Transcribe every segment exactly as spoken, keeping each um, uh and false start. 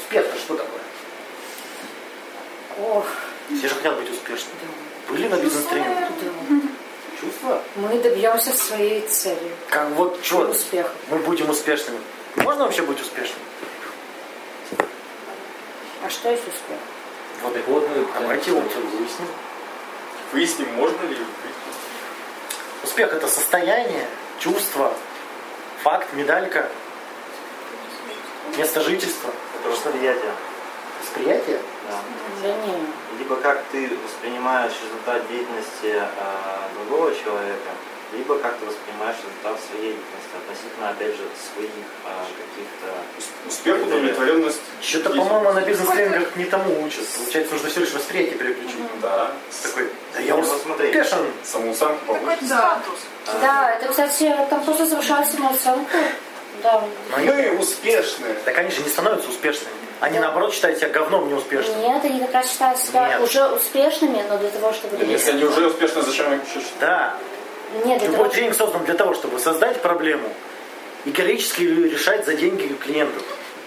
Успех-то что такое? Ох. Все же хотят быть успешными. Да. Были на бизнес-тренинге? Да. Чувства? Мы добьемся своей цели. Как вот что? Успех. Мы будем успешными. Можно вообще быть успешным? А что есть успех? Вот и вот мы давайте вот выясним. Выясним, можно ли быть. Успех — это состояние, чувство, факт, медалька, место жительства. Это восприятие. Восприятие? Да. Да нет. Либо как ты воспринимаешь результат деятельности э, другого человека, либо как ты воспринимаешь результат своей деятельности относительно, опять же, своих э, каких-то... Успех, удовлетворенность. Что-то, по-моему, на бизнес-тренингах не тому учат. Получается, нужно всего лишь восприятие переключить. Mm-hmm. Да. Такой, да я вот смотри. успешен. Самооценку повысить. Статус. А, да, это, кстати, там просто завышают самооценку. Да. Мы успешные. Так они же не становятся успешными. Они, да. наоборот, считают себя говном неуспешным. Нет, они как раз считают себя Нет. уже успешными, но для того, чтобы... Да, если они уже успешны, зачем их еще считать? Да. Нет, Любой того, тренинг создан для того, чтобы создать проблему и героически решать за деньги клиентов.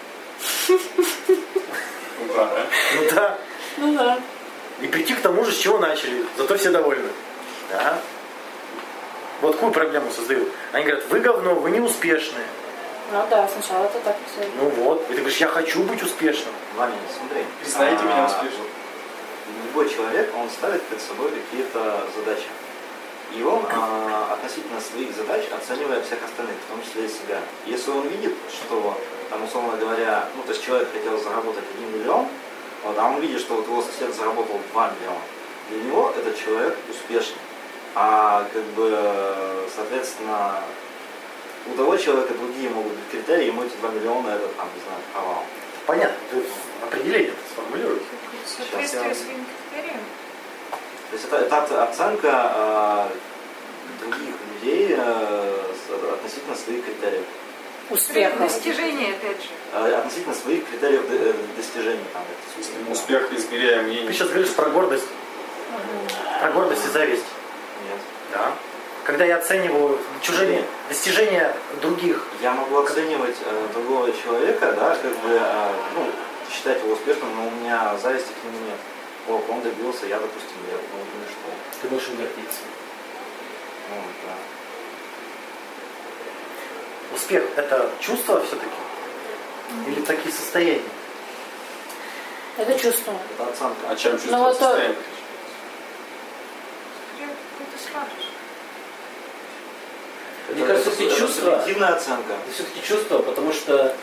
Ну да. Ну да. Ну да. И прийти к тому же, с чего начали. Зато все довольны. Да. Вот какую проблему создают? Они говорят, вы говно, вы неуспешные. Ну да, сначала это так и все. Ну вот. И ты говоришь, я хочу быть успешным. Ваня, смотри. Признайте а, меня успешным. Любой человек, он ставит перед собой какие-то задачи. И он а, относительно своих задач оценивает всех остальных, в том числе и себя. Если он видит, что, там, условно говоря, ну, то есть человек хотел заработать один миллион, вот, а он видит, что вот его сосед заработал два миллиона, для него этот человек успешный. А как бы, соответственно, у того человека другие могут быть критерии, ему эти два миллиона это, там, не знаю, провал. Понятно, ты определение сформулируй. Соответствие своим критериям. То есть это, это оценка э, других людей э, относительно своих критериев. Успех. Достижения, опять же. Э, относительно своих критериев э, достижений. Там, это, успех измеряем мнение. Ты сейчас говоришь про гордость. Угу. Про гордость и зависть. Нет. Да. Когда я оцениваю чужие Нет. достижения других. Я могу оценивать э, другого человека, да, как бы, э, ну, считать его успешным, но у меня зависти к нему нет. О, он добился, я, допустим, нет. Ну, ну что? Ты можешь им гордиться. Ну, да. Успех – это чувство все-таки? Mm-hmm. Или такие состояния? Это чувство. Это оценка. А чем чувство ну, состояние? Какой-то статус. Мне кажется, все-таки чувство. Субъективная оценка. Это все-таки чувство, потому что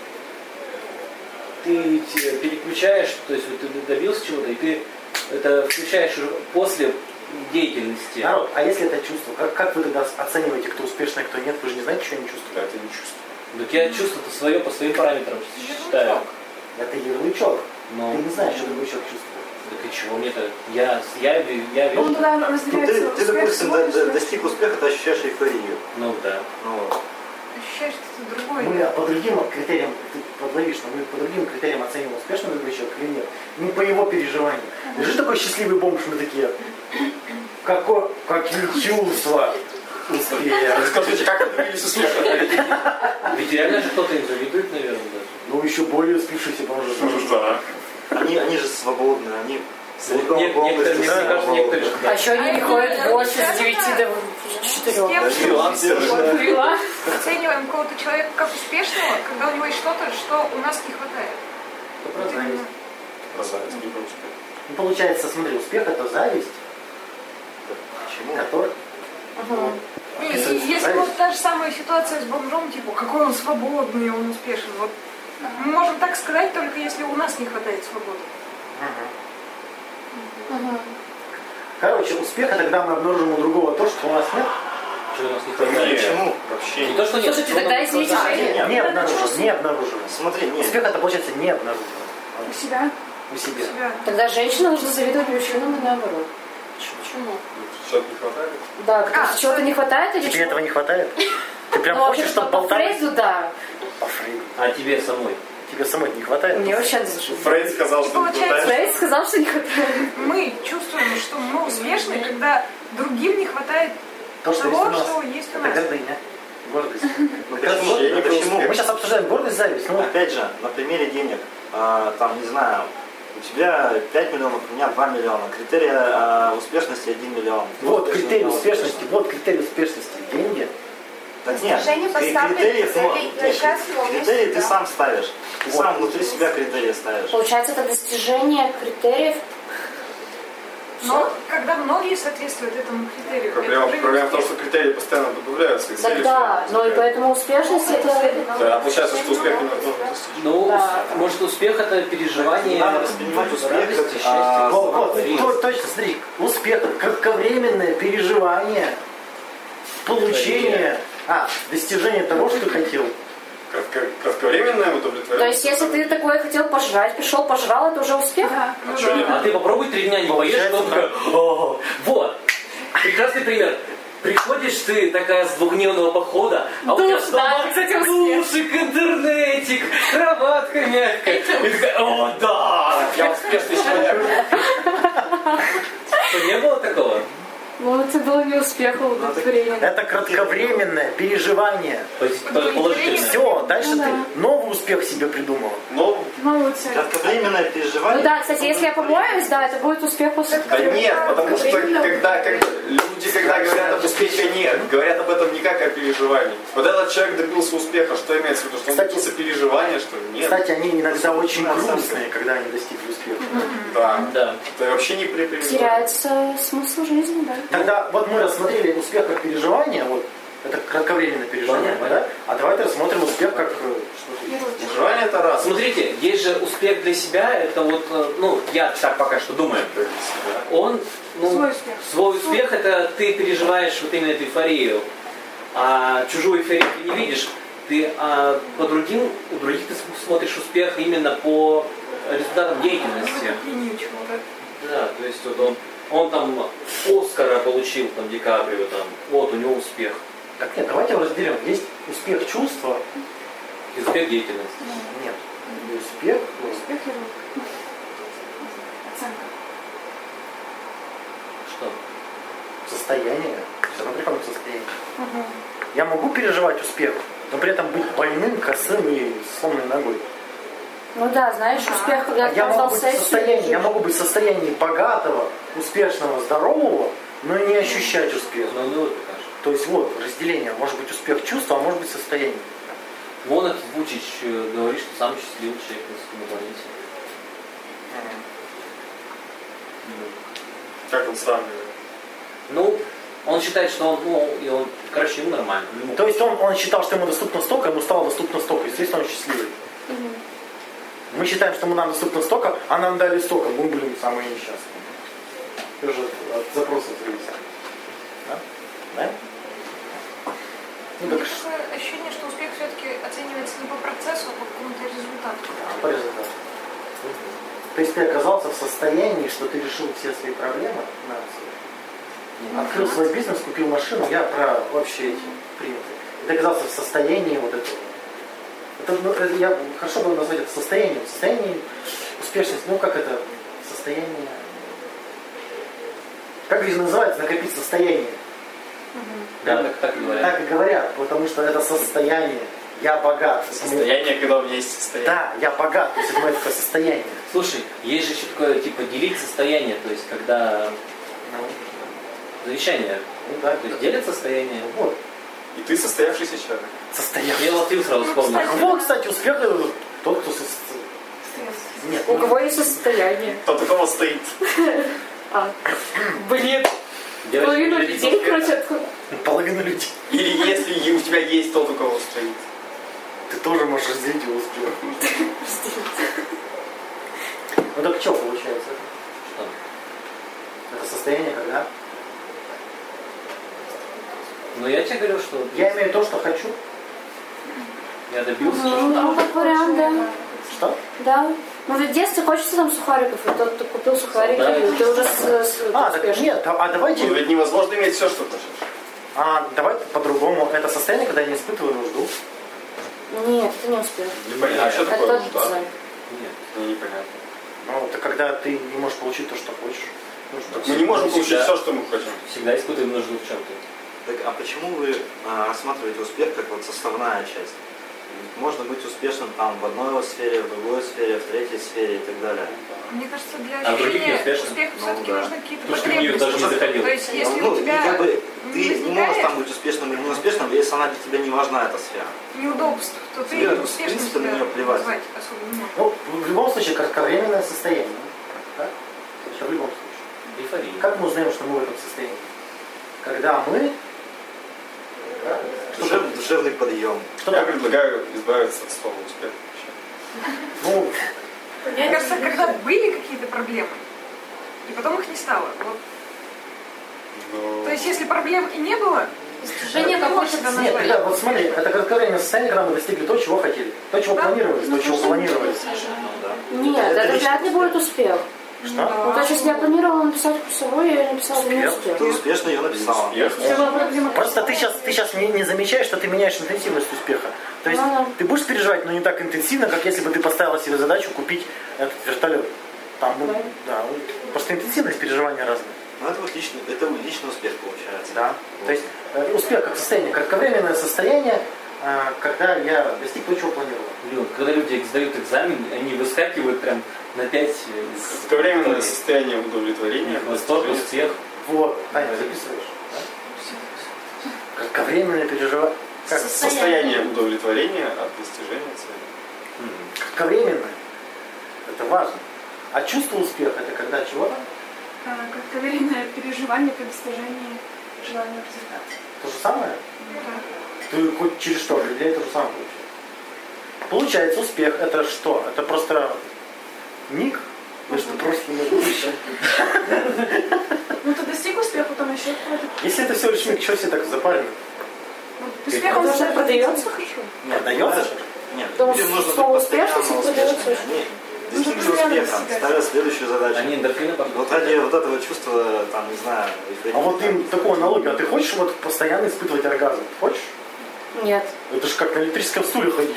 ты переключаешь, то есть вот ты добился чего-то, и ты это включаешь уже после деятельности. Народ, а если это чувство, как, как вы тогда оцениваете, кто успешный, кто нет? Вы же не знаете, что они чувствуют? Да, это не чувство. Так я чувство-то свое по своим параметрам считаю. Это ярлычок. Но... Ты не знаешь, что другой человек чувствует. Так и чего мне-то? Я, я, я вижу. Он тогда Ну, разделяется ты, ты, допустим, до, до, достиг успеха, ты ощущаешь эйфорию. Ну да. Ну, ощущаешь что-то другое. Мы по другим критериям, ты подловишь, но мы по другим критериям оцениваем, успешный другой человек или нет. Не по его переживаниям. Лежит такой счастливый бомж, мы такие, какой, какие чувства. Успех. Скажите, как вы добились успеха? Ведь реально же кто-то им завидует, наверное, даже. Ну, еще более успевшийся бомжи. Да. они, они же свободны, они целиком Нет, некоторые, мне кажется, некоторые же. А еще они приходят в офис с девяти до четырёх. Фриланс. Оцениваем какого-то человека как успешного, когда у него есть что-то, что у нас не хватает. Про зависть. Про зависть, не про успех. Ну, получается, смотри, успех это зависть. Почему? Который... Ага. И, и если вот та же самая ситуация с бомжом, типа, какой он свободный, он успешен, вот мы можем так сказать, только если у нас не хватает свободы. Ага. Ага. Короче, успех это когда мы обнаружим у другого то, что у нас нет. Что у нас не хватает? Нет, Почему? вообще Не то, что нет. Слушайте, тогда извините, А, что не, я- не обнаружим, не обнаружим. Смотри, нет. Успех это получается не обнаружим. У себя. У себя. себя. Тогда женщина должна завидовать мужчинам и наоборот. Почему? что-то не хватает. Да, потому что А, чего-то не хватает или Тебе чего? этого не хватает? Ты прям Ну, хочешь, вообще, чтобы по болталось? Фрейду, да. По Фрейду. А тебе самой? Тебе самой не хватает? Мне вообще не зашибись. Фрейд сказал, что не Получается, хватает. Фрейд сказал, что не хватает. Мы чувствуем, что мы успешны, когда другим не хватает То, что того, есть у нас. что есть у Это нас. гордыня. Гордость. Ну, Как раз почему? вот- я не Почему? Мы сейчас обсуждаем гордость, зависть. Ну, Опять же, на примере денег, а, там, не знаю, у тебя пять миллионов, у меня два миллиона. Критерий а, успешности один миллион. вот Успешный критерий миллион успешности, успешный. вот критерий успешности. Деньги. Так нет, Достижение кри- поставленных критериев мо- целей нет, счастливого критерии ты вместе, сам ставишь. Ты Вот. сам внутри себя критерии ставишь. Получается, это достижение критериев. Но когда многие соответствуют этому критерию, Проблема, это уже не проблема в том, успех. что критерии постоянно добавляются. И цели Тогда, все но и возникают. поэтому успешность это... Да, получается, что успех не невозможно достичь. Ну, Да. может, успех это переживание Надо воспринимать успех радости, как, счастья. а, Вот, вот, Смотри. то- точно, смотри, успех, кратковременное переживание, получение, а, достижение того, что ты хотел. Кратко- Кратковременное То удовлетворение. есть, если ты такое хотел пожрать, пришел, пожрал, это уже успех? Да, ну А что нет? А ты попробуй три дня не поешь, Получается, что такое? «О, вот, прекрасный пример. Приходишь ты такая с двухдневного похода, а у тебя Душ, да, дома кстати, успех. душик, интернетик, кроватка мягкая. И такая, о, да, я успешный человек. Что, не было такого? Ну, это было не успех, а удовлетворение. Это кратковременное переживание. То есть только положительное. Все, дальше Ну да. ты новый успех себе придумал. Но, Ну, вот всё. Кратковременное Ну переживание. да, кстати, если я помоюсь, да, это будет успех после... да нет, потому что когда, когда люди, когда говорят об успехе, нет, говорят об этом не как о переживании. Вот этот человек добился успеха, что имеется в виду? Что он Кстати, добился переживания, что ли? Нет. Кстати, они иногда очень грустные, когда они достигли успеха. Да. Да. Это вообще не при переживании. Теряется смысл жизни, да. Тогда вот мы рассмотрели успех как переживание, вот это кратковременное переживание, Понятно. да? А давайте рассмотрим успех как э, что? Переживание это раз. Смотрите, есть же успех для себя, это вот, э, ну, я так пока что думаю. Он, ну, Свой успех. свой успех, это ты переживаешь вот именно эту эйфорию, а чужую эйфорию ты не видишь. Ты а, по другим, у других ты смотришь успех именно по результатам деятельности. Линию чего-то. Да, то есть вот он, он там Оскара получил, там Ди Каприо, там, вот у него успех. Так нет, давайте разделим. Есть успех чувства, И успех деятельности. нет. И успех, ну, Успех и рук. Оценка. Что? состояние. Смотри, какое состояние. Я могу переживать успех, но при этом быть больным, косым и сломанной ногой. Ну да, знаешь, успех, когда А ты я могу назвал быть в сессию. состоянии, я могу быть в состоянии богатого, успешного, здорового, но не ощущать успех. Ну, ну, вот покажешь. То есть вот разделение. Может быть успех чувства, а может быть состояние. Вон этот Вучич э, говорит, что самый счастливый человек на планете. Как он сравнивает? Ну, он считает, что он, ну, и он, короче, ему нормально. Ему- То есть он, он считал, что ему доступно столько, ему стало доступно столько. Естественно, он счастливый. Мы считаем, что ему нам доступно столько, а нам дали столько. Мы, блин, самые несчастные. Это же от запросов зависит. Да? Да? У Ну меня так что? такое ощущение, что успех все-таки оценивается не по процессу, а по какому-то результату. По результату. То есть ты оказался в состоянии, что ты решил все свои проблемы, открыл свой бизнес, купил машину, я про вообще эти принятые. И ты оказался в состоянии вот этого. Это, ну, это я хорошо было назвать это состоянием. Состояние успешности, ну как это, состояние. Как же называется, накопить состояние? Да, так, так и говорят. Так и говорят, потому что это состояние. Я богат. Состояние, когда у меня есть состояние. Да, я богат, то есть это мое такое состояние. Слушай, есть же еще такое, типа, делить состояние, то есть, когда Ну, завещание, ну да, то есть, делят состояние. вот, И ты состоявшийся человек. состояние. Я латил сразу вспомнил. Вот, кстати, успех э, тот, кто... со- Нет, У кого есть состояние? Тот, у кого стоит. А, блин, Девочки, половину делить людей, успех. короче, откуда? половина людей. Или если и у тебя есть тот, у кого стоит. Ты тоже можешь разделить его успех. Ну так что получается? Что? Это состояние когда? Ну, я тебе говорю, что Я имею то, что хочу. я добился. Ну, как вариант, да. Что? Да. Может, в детстве хочется там сухариков, и тот, кто купил сухарики, Да. и ты уже с, с- А, так успешный. нет, а, а Ну, давайте... ведь невозможно иметь все, что хочешь. А, давайте по-другому. Это состояние, когда я не испытываю нужду. Нет, это не успех. Непонятно. А что Это такое тот нужда? цель. Нет. Ну, непонятно. Ну, это когда ты не можешь получить то, что хочешь. Ну, что- Мы не можем получить Всегда. все, что мы хотим. Всегда испытываем нужду в чем-то. Так, а почему вы а, рассматриваете успех как вот составная часть? Можно быть успешным там в одной сфере, в другой сфере, в третьей сфере и так далее. Мне кажется, для А в других ощущения не успешно? успеха Ну, все-таки да. нужны какие-то Потому что ты в нее потребности. даже не заходил. То есть, если ну, у тебя как бы, не ты не возникает можешь там быть успешным или неуспешным, если она для тебя не важна, эта сфера. неудобств, то ты Тебе, в успешно принципе, на себя неё плевать. назвать особо не можешь. Ну, в любом случае, кратковременное состояние. Да? Это в любом случае. Эйфория. Как мы узнаем, что мы в этом состоянии? Когда мы... Да, что Душев- душевный подъем. что Я там? предлагаю избавиться от слова успех. Ну, Мне кажется, когда были какие-то проблемы, и потом их не стало. Вот. Но... То есть, если проблем и не было, Достижение то ты можешь какой-то себя нет, назвать. ребят, вот смотри, это кратковременное состояние, когда мы достигли то, чего хотели. То, чего Да. планировали, то, чего планировали. Ну, да. Нет, это личный вряд ли успех. будет успех. Что? Ну, то есть, если я планировала написать курсовую, я написала не Успех. успех. Ты успешно ее написала. Успех. Если была проблема Просто ты сейчас, ты сейчас не, не замечаешь, что ты меняешь интенсивность успеха. То есть Ну да. ты будешь переживать, но не так интенсивно, как если бы ты поставила себе задачу купить этот вертолет. Там, ну, Да. да, ну, просто интенсивность переживания разная. Ну, это вот личный, это личный успех получается. Да. То есть э, успех как состояние, кратковременное состояние, э, когда я достиг того, чего планировал. Блин, когда люди сдают экзамен, они выскакивают прям на пять из... Кратковременное состояние удовлетворения. Восторг, успех. Вот, Таня, записываешь. Да? Кратковременное переживание. Как? Состояние удовлетворения от достижения цели. М. Кратковременное. Это важно. А чувство успеха это когда чего-то? Кратковременное переживание при достижении желаемого результата. То же самое? Ты хоть через что определяй, то же самое получается. Получается, успех это что? Это просто миг между прошлым и будущим. Ну, ты достиг успеха, потом еще какой-то... Если это всего лишь миг, что все так запарено? Успех, он Даже уже продается хорошо. Нет, дается? Нет, Потому людям что нужно слово быть постоянно успешность выдается успешными. очень. Они достигли постоянно успеха, достигать. ставят следующую задачу. Они эндорфины Вот потом. ради вот этого чувства, там, не знаю, эйфории, А вот там, им такую аналогию, а ты хочешь вот постоянно испытывать оргазм? Хочешь? Нет. Это же как на электрическом стуле ходить.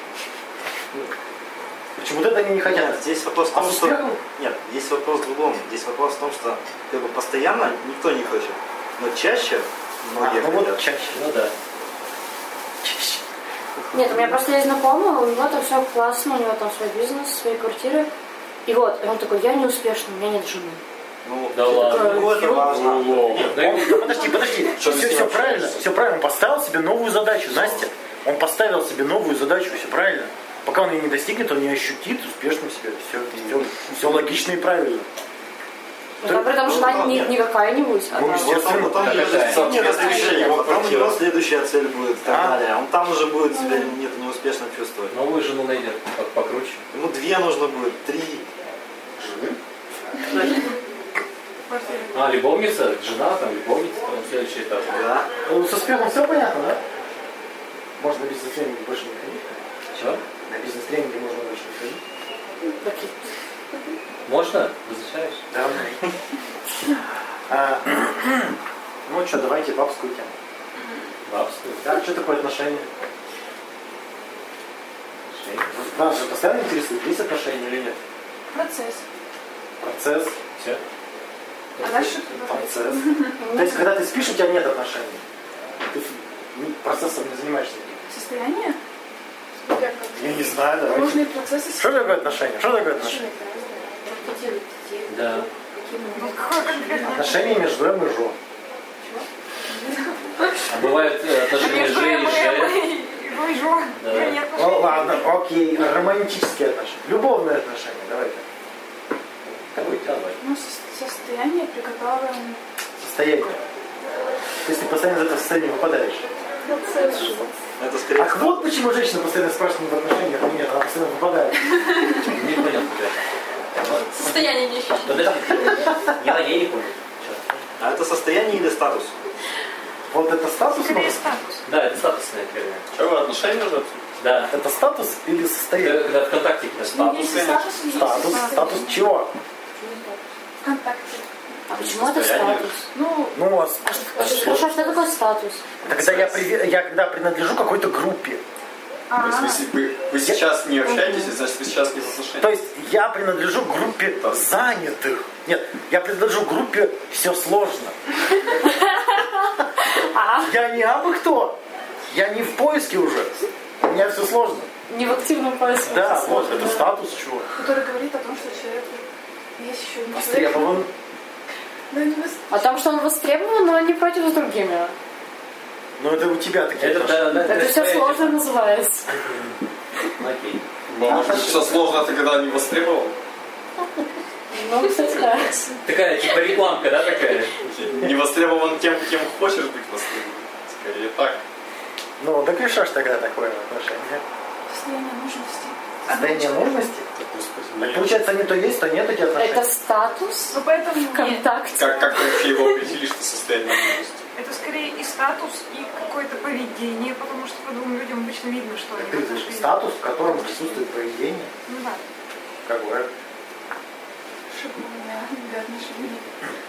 Почему-то это они не хотят. Нет, здесь вопрос в А том, с что... успехом? Нет, здесь вопрос в другом. Здесь вопрос в том, что как бы постоянно никто не хочет. Но чаще А, многие ну вот хотят. чаще. Ну да. Чаще. Нет, у меня просто есть знакомый, у него там все классно, у него там свой бизнес, свои квартиры. И вот, и он такой, я не успешный, у меня нет жены. Ну, Да ладно. ну, это важно. Нет, да Он- да подожди, подожди. Что Все, с ним все вообще правильно, есть? все правильно. Он поставил себе новую задачу, Настя. Он поставил себе новую задачу, все правильно. Пока он ее не достигнет, он не ощутит успешным себя. Все, все, все логично и правильно. Ну, там при этом жена ну, не, нет. не какая-нибудь, а Ну, там- естественно. Потом, потом Какая? идет следующая, Его потом у квартира. него следующая цель будет и так А? далее. Он там уже будет себя нет, неуспешно чувствовать. новую жену найдет по- покруче. Ему две нужно будет, три. А, любовница, жена, там, любовница, там, следующий этап. Да. Ну, с успехом все понятно, да? Можно на бизнес-тренинге больше не ходить. Чего? На бизнес-тренинге можно больше не ходить. Такие. Можно? Разрешаешь? Да. А, ну что, давайте бабскую тему. Бабскую. Да, что такое отношения? Отношения. Нас же постоянно интересует, есть отношения или нет? Процесс. Процесс. Все. А дальше Процесс. То есть, когда ты спишь, у тебя нет отношений. Ты ну, процессом не занимаешься. состояние. Я не знаю, давай. Сложные процессы. Что такое отношения? Что такое отношения? Да. Ну, какое конкретно? Отношения между М и Жо. А бывают э, отношения Между Ж и М и Ж. М и ну и Жо. Да. Нет Ну отношений. ладно, окей, романтические отношения. Любовные отношения, давайте. Какой давай. Ну, со- состояние, при котором Состояние. То есть ты постоянно из этого состояния выпадаешь. процесс живет. Это скорее Ах, вот почему женщина постоянно спрашивает в отношениях, а нет, она постоянно выпадает. Не понял, куда. Состояние не ощущаю. Подожди. Я, я не понял. Чё? А это состояние или статус? Вот это статус? Скорее может? статус. Да, это статусная херня. Что вы отношения уже обсудили? Да. Это статус или Когда, состояние? когда ВКонтакте когда Ну, статус. если статус, есть Статус. Статус чего? ВКонтакте. А почему это Состояние. статус? Ну, Ну, а А что, хорошо, что такое статус? когда я, приве- я когда принадлежу какой-то группе. То есть А, вы, си- вы, вы сейчас не общаетесь, значит вы сейчас не в отношениях. То есть я принадлежу группе занятых. Нет, я принадлежу группе все сложно. А, Я не абы кто. Я не в поиске уже. У меня все сложно. Не в активном поиске. Да, всё вот, сложно, это да. статус чего? Который говорит о том, что человек есть еще не человек. Востребован. Но не вос- О том, что он востребован, но не против с другими. Ну это у тебя такие Это, отношения. да, да, Это все да, сложно называется. Окей. Может быть, все сложно, ты когда не востребовал? Ну, кстати, да. Такая, типа рекламка, да, такая? Не востребован тем, кем хочешь быть востребован. Скорее так. Ну, так и что ж тогда такое отношение? Состояние нужности. Состояние нужности? Господи, Так, нет. получается, не то есть, то нет эти отношения. Это статус Ну, поэтому нет. ВКонтакте. Как, как ты вообще его определишь, что состояние нужности? Это скорее и статус, и какое-то поведение, потому что по двум людям обычно видно, что Так они ты в говоришь, отношениях. статус, в котором присутствует поведение. Ну да. Какое? Шиповая для отношений.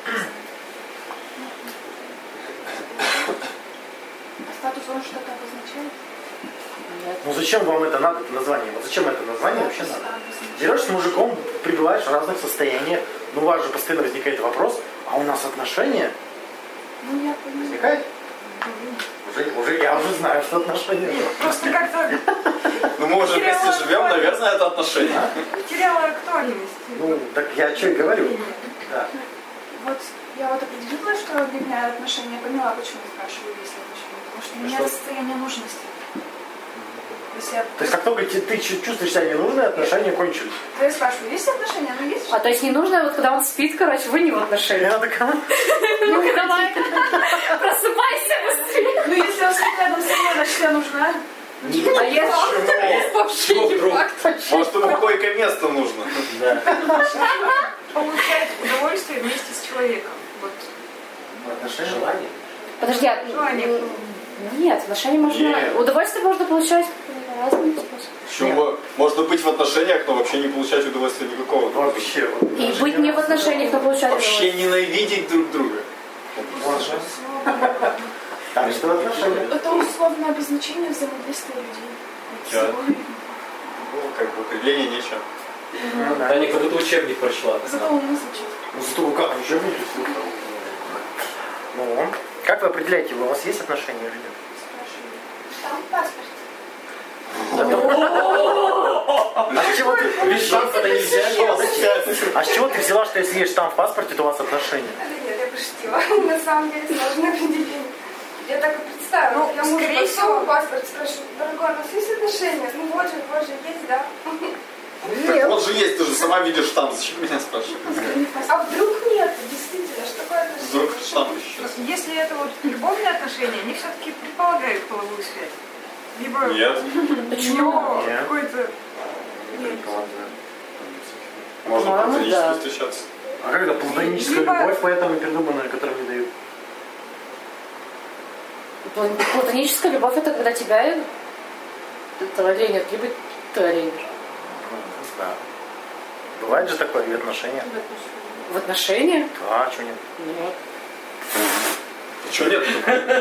А статус он что-то обозначает? Нет. Ну зачем вам это надо, это название? Вот зачем это название вообще надо? Берешь с мужиком, пребываешь в разных состояниях, ну у вас же постоянно возникает вопрос, а у нас отношения? Ну, я понимаю. Возникает? Уже, уже, я уже знаю, что отношения. Просто как-то Ну мы уже вместе живем, наверное, это отношение. теряла актуальность. Ну, так я что и говорю. Да. Вот я вот определила, что для меня отношения, я поняла, почему я спрашиваю, есть ли отношения. Потому что у меня Что? состояние нужности. То есть я, То есть как только ты, ты чу- чувствуешь себя ненужной, отношения кончились. то я спрашиваю, есть ли отношения? Ну есть. А то есть не нужно, вот когда он спит, короче, вы не в И отношениях. она такая, Ну давай, просыпайся быстрее. Ну если он спит рядом со мной, значит я нужна. А если вообще не вдруг? факт, вообще. Может, ему койко-место нужно. Да. Получать удовольствие вместе с человеком. Вот. отношения. Желание. Подожди, а, Желание. м, нет, отношения можно... Нет. Удовольствие можно получать разным способом. Почему можно быть в отношениях, но вообще не получать удовольствия никакого? Вообще. Вот, И быть не в отношениях, но получать Вообще удовольствие. ненавидеть друг друга. Можно. Так, что отношения? Это условное обозначение взаимодействия людей. Да. Всего. Ну, как бы определение нечего. Ну, да. Таня как будто учебник прочла. Зато умно звучит. Ну, зато вы как, еще не Ну, как вы определяете, у вас есть отношения или нет? Там паспорт. А с чего ты, Без шансов это нельзя. а с чего ты взяла, что если есть штамп в паспорте, то у вас отношения? Нет, я пошутила. На самом деле сложное определение. Я так и представила. Ну, я мужу скорее подсовываю всего. паспорт, спрашиваю, дорогой, у нас есть отношения? Ну вот же, вот же, есть, да. Так вот же есть, ты же сама видишь штамп, зачем меня спрашиваешь? А вдруг нет? Действительно, что такое отношения? Вдруг штамп исчез. Если это вот любовные отношения, они все-таки предполагают половую связь. Либо Нет. Почему? Нет. Какой-то... Можно По-моему, платонически да. встречаться. А как это платоническая Либо- любовь, поэтому и придуманная, которую не дают? Пла- Платоническая любовь это когда тебя этого ленят, либо ты ленишь. Да. Бывает же такое и отношения. В отношениях? А, что нет? Нет. Чего нет?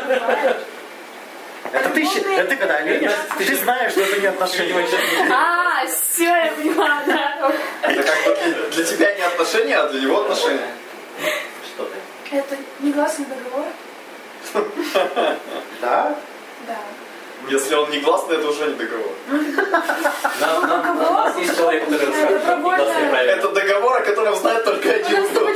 Это ты, щи- это ты когда ленишь, ты знаешь, что это не отношения. А, все, я поняла, да. Это как бы для, для тебя не отношения, а для него отношения. Что ты? Это негласный договор? Да? Да. Если он негласный, это уже не договор. Нам- нам- У нас есть человек, который расскажет нам негласные правила. Это договор, о котором знает только один кто.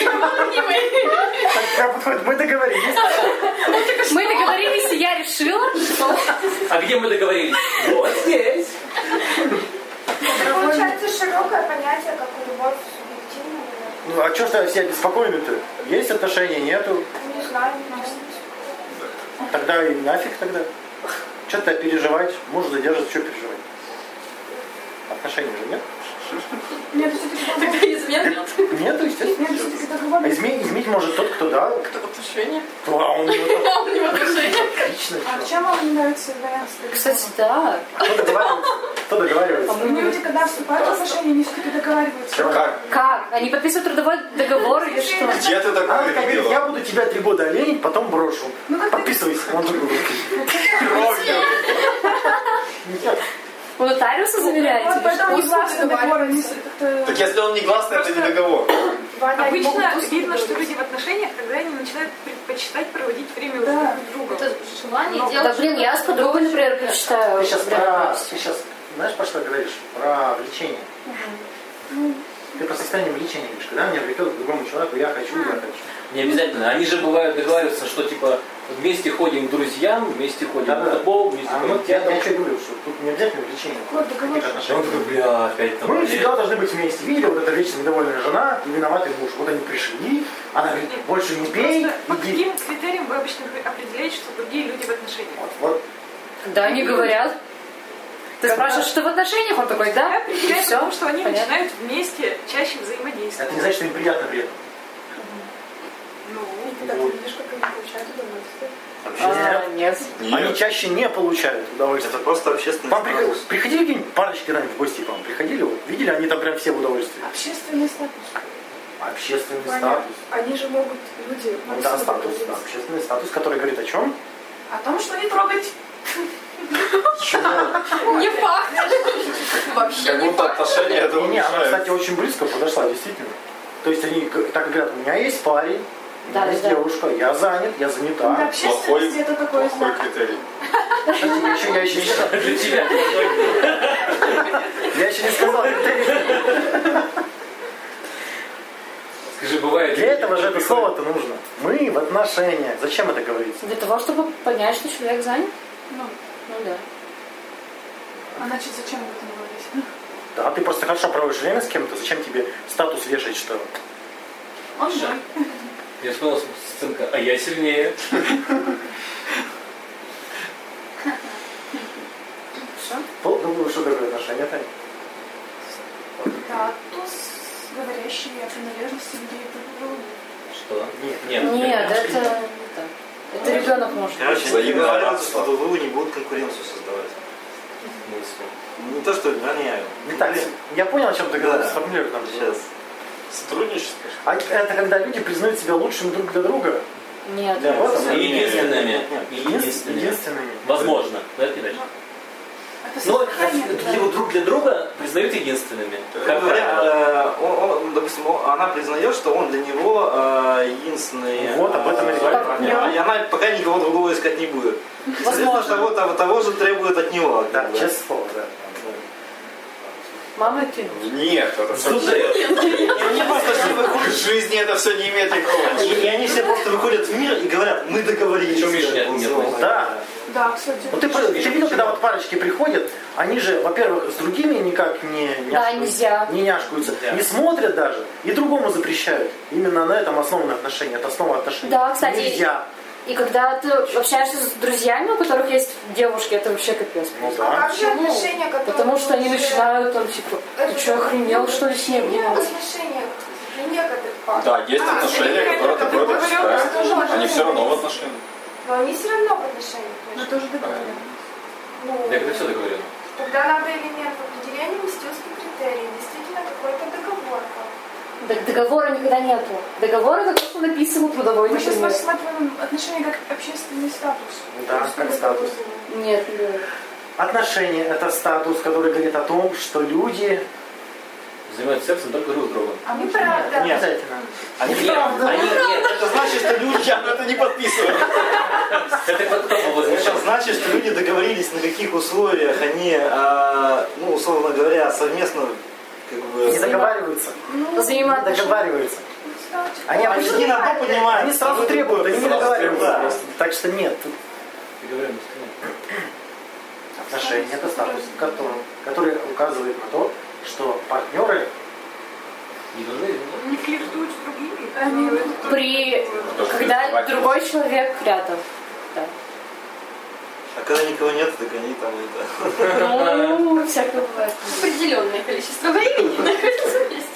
Так, подходит, мы договорились. Мы договорились, и я решила. А где мы договорились? Вот здесь. Получается широкое понятие, как у любовь субъективная. Ну, а что ж все обеспокоены-то? Есть отношения, нету? Не знаю, не знаю. Тогда и нафиг тогда. Что ты переживать? Муж задержит, что переживать? Отношений же нет? Нет, все-таки договор. Тогда измен нет. Нету, естественно. Нет, все-таки договор. А изменить, изменить может тот, кто да. Кто в отношениях? Кто, а он не вот А он не в отношениях. отлично. А чем вам не нравится вариант с договором? Кстати, да. Кто договаривается? Кто договаривается? Люди, когда вступают в отношения, они все-таки договариваются. Как? Как? Они подписывают трудовой договор или что? Где ты Она такое говорит, я видела? буду тебя три года оленить, потом брошу. Ну, как Подписывайся. Он такой, Кровью. нет. У нотариуса заверяете? Вот или поэтому что? негласный договор, они как-то... Так если он негласный, это не договор. Ваня, они Обычно могут видно, что устроить. люди в отношениях, когда они начинают предпочитать проводить время Да. друг с другом. Это Желание Ну, делать. Да, блин, я с подругой, например, предпочитаю Ты сейчас время про... провести. Ты сейчас, знаешь, про что говоришь? Про влечение. Ты про состояние влечения говоришь. Когда меня влечет к другому человеку, я хочу, я хочу. Не обязательно. Они же бывают договариваются, что типа вместе ходим к друзьям, вместе ходим Да, в да. футбол, вместе А ходим вот в я, театр. я что говорю, что тут не обязательно влечение. Вот договор. Каких И он отношений. такой, бля, опять там. Мы блин. всегда должны быть вместе. Видели вот эта вечно недовольная жена и виноватый муж. Вот они пришли, она говорит, больше не пей, Просто по иди. каким критериям вы обычно определяете, что другие люди в отношениях? Вот, вот. Да, они говорят. Ты спрашиваешь, что в отношениях? Он такой, Я да? И определяю, все. потому что они Понятно. начинают вместе чаще взаимодействовать. Это не значит, что им приятно при этом. Ну, Когда ты видишь, как они получают удовольствие. А, нет. Они Нет. чаще не получают удовольствие. Это просто общественный Вам приход- статус. приходили какие-нибудь парочки раньше в гости к вам? Приходили? Вот, видели? Они там прям все в удовольствии. Общественный статус. Общественный Ваня, статус. они же могут, люди... Ну могут да, себя статус, поделиться. да, общественный статус, который говорит о чем? О том, что не трогать. Не факт. Вообще Как не будто факт. отношения этого Не, не, она, мешают. кстати, очень близко подошла, действительно. То есть они г- так и говорят, у меня есть парень, у Да, меня есть да. девушка, я занят, я Да, занята. общественность Плохой, это такой плохой знак. критерий. Кстати, я еще, я еще не сказал. Для тебя. Я еще не сказал критерий. Скажи, бывает... Для этого же это слово-то нужно. Мы в отношениях. Зачем это говорится? Для того, чтобы понять, что человек занят? Ну, Ну да. а значит, зачем об этом говорить? Да, ты просто хорошо проводишь время с кем-то, зачем тебе статус вешать, что... Он мой. Я вспомнил сценка, а я сильнее. Ну, думаю, что такое отношения, Таня? Статус, говорящий о принадлежности людей друг к другу. Что? Нет. Нет. Нет, это не так. Это ребенок может. Короче, они Взаимное договариваются, что равенство. друг другу не будут конкуренцию создавать. Мысли. Не то, что, вернее, Не так. Я понял, о чем ты Да. говоришь. Сформулируй нам. сейчас. Сотрудничество. А это когда люди признают себя лучшими друг для друга? Нет. Да, вот И он. единственными. И Един- единственными. Единственными. Возможно. Да, это не дальше. Это Но состояние, да. его друг для друга признают единственными. Как Как говоря, правило. э, он, он, допустим, он- она признает, что он для него э, единственный. Вот, об этом и э, говорит. партнер, и она пока никого другого искать не будет. Соответственно, того, того, того же требует от него. Да, как бы. честное слово, да. Мама кинула. Нет, это все... Слушай, Они просто все выходят, В жизни это все не имеет никакого и, и они все просто выходят в мир и говорят, мы договорились. Почему Миша нет? Нет, нет. Да. Да, кстати. Ну ты, ты видел, когда вот парочки приходят, они же, во-первых, с другими никак не Да, няшкаются, нельзя. не няшкаются, Да. не смотрят даже, и другому запрещают. Именно на этом основаны отношения, это основа отношений. Да, кстати, Нельзя. И когда ты общаешься с друзьями, у которых есть девушки, это вообще капец. Ну А да. как же Почему? отношения, которые... Потому что они уже- начинают там типа, ты что, охренел, что ли, с ней Нет, обниматься? отношения для некоторых пар. Да, есть А, отношения, это которые я такое говорю, допускают. это тоже Они все равно в есть. отношениях. Но они все равно в отношениях. Мы тоже договорились. Ну, Так это все договорено. тогда надо элемент в определении институтских критерий. Действительно, какой-то договор. Так договора никогда нету. Договор это то, что написано в трудовой Мы сейчас документ. рассматриваем отношения как общественный статус. Да, То есть, как это статус. такой- Нет, нет. Отношения – это статус, который говорит о том, что люди… Занимаются сексом только друг с другом. А мы Неправда. Не обязательно. Они, Нет, они, нет, это значит, что люди... Я на это не подписываю. это потом Это возмущал. значит, что люди договорились, на каких условиях они, а, ну, условно говоря, совместно как бы... Не договариваются. Ну, Заниматься. Договариваются. кстати, Они Они обычно не на то понимают. Они сразу требуют, они не Сразу договариваются. требуют. просто. Так что нет. Тут Договоренность. отношения – это статус, который, который указывает на то, что партнеры Не должны. Не флиртуют с другими. Они- При... Когда другой человек рядом. Да. А когда никого нет, так они там это... Ну, всякое бывает. Определенное количество времени находятся вместе.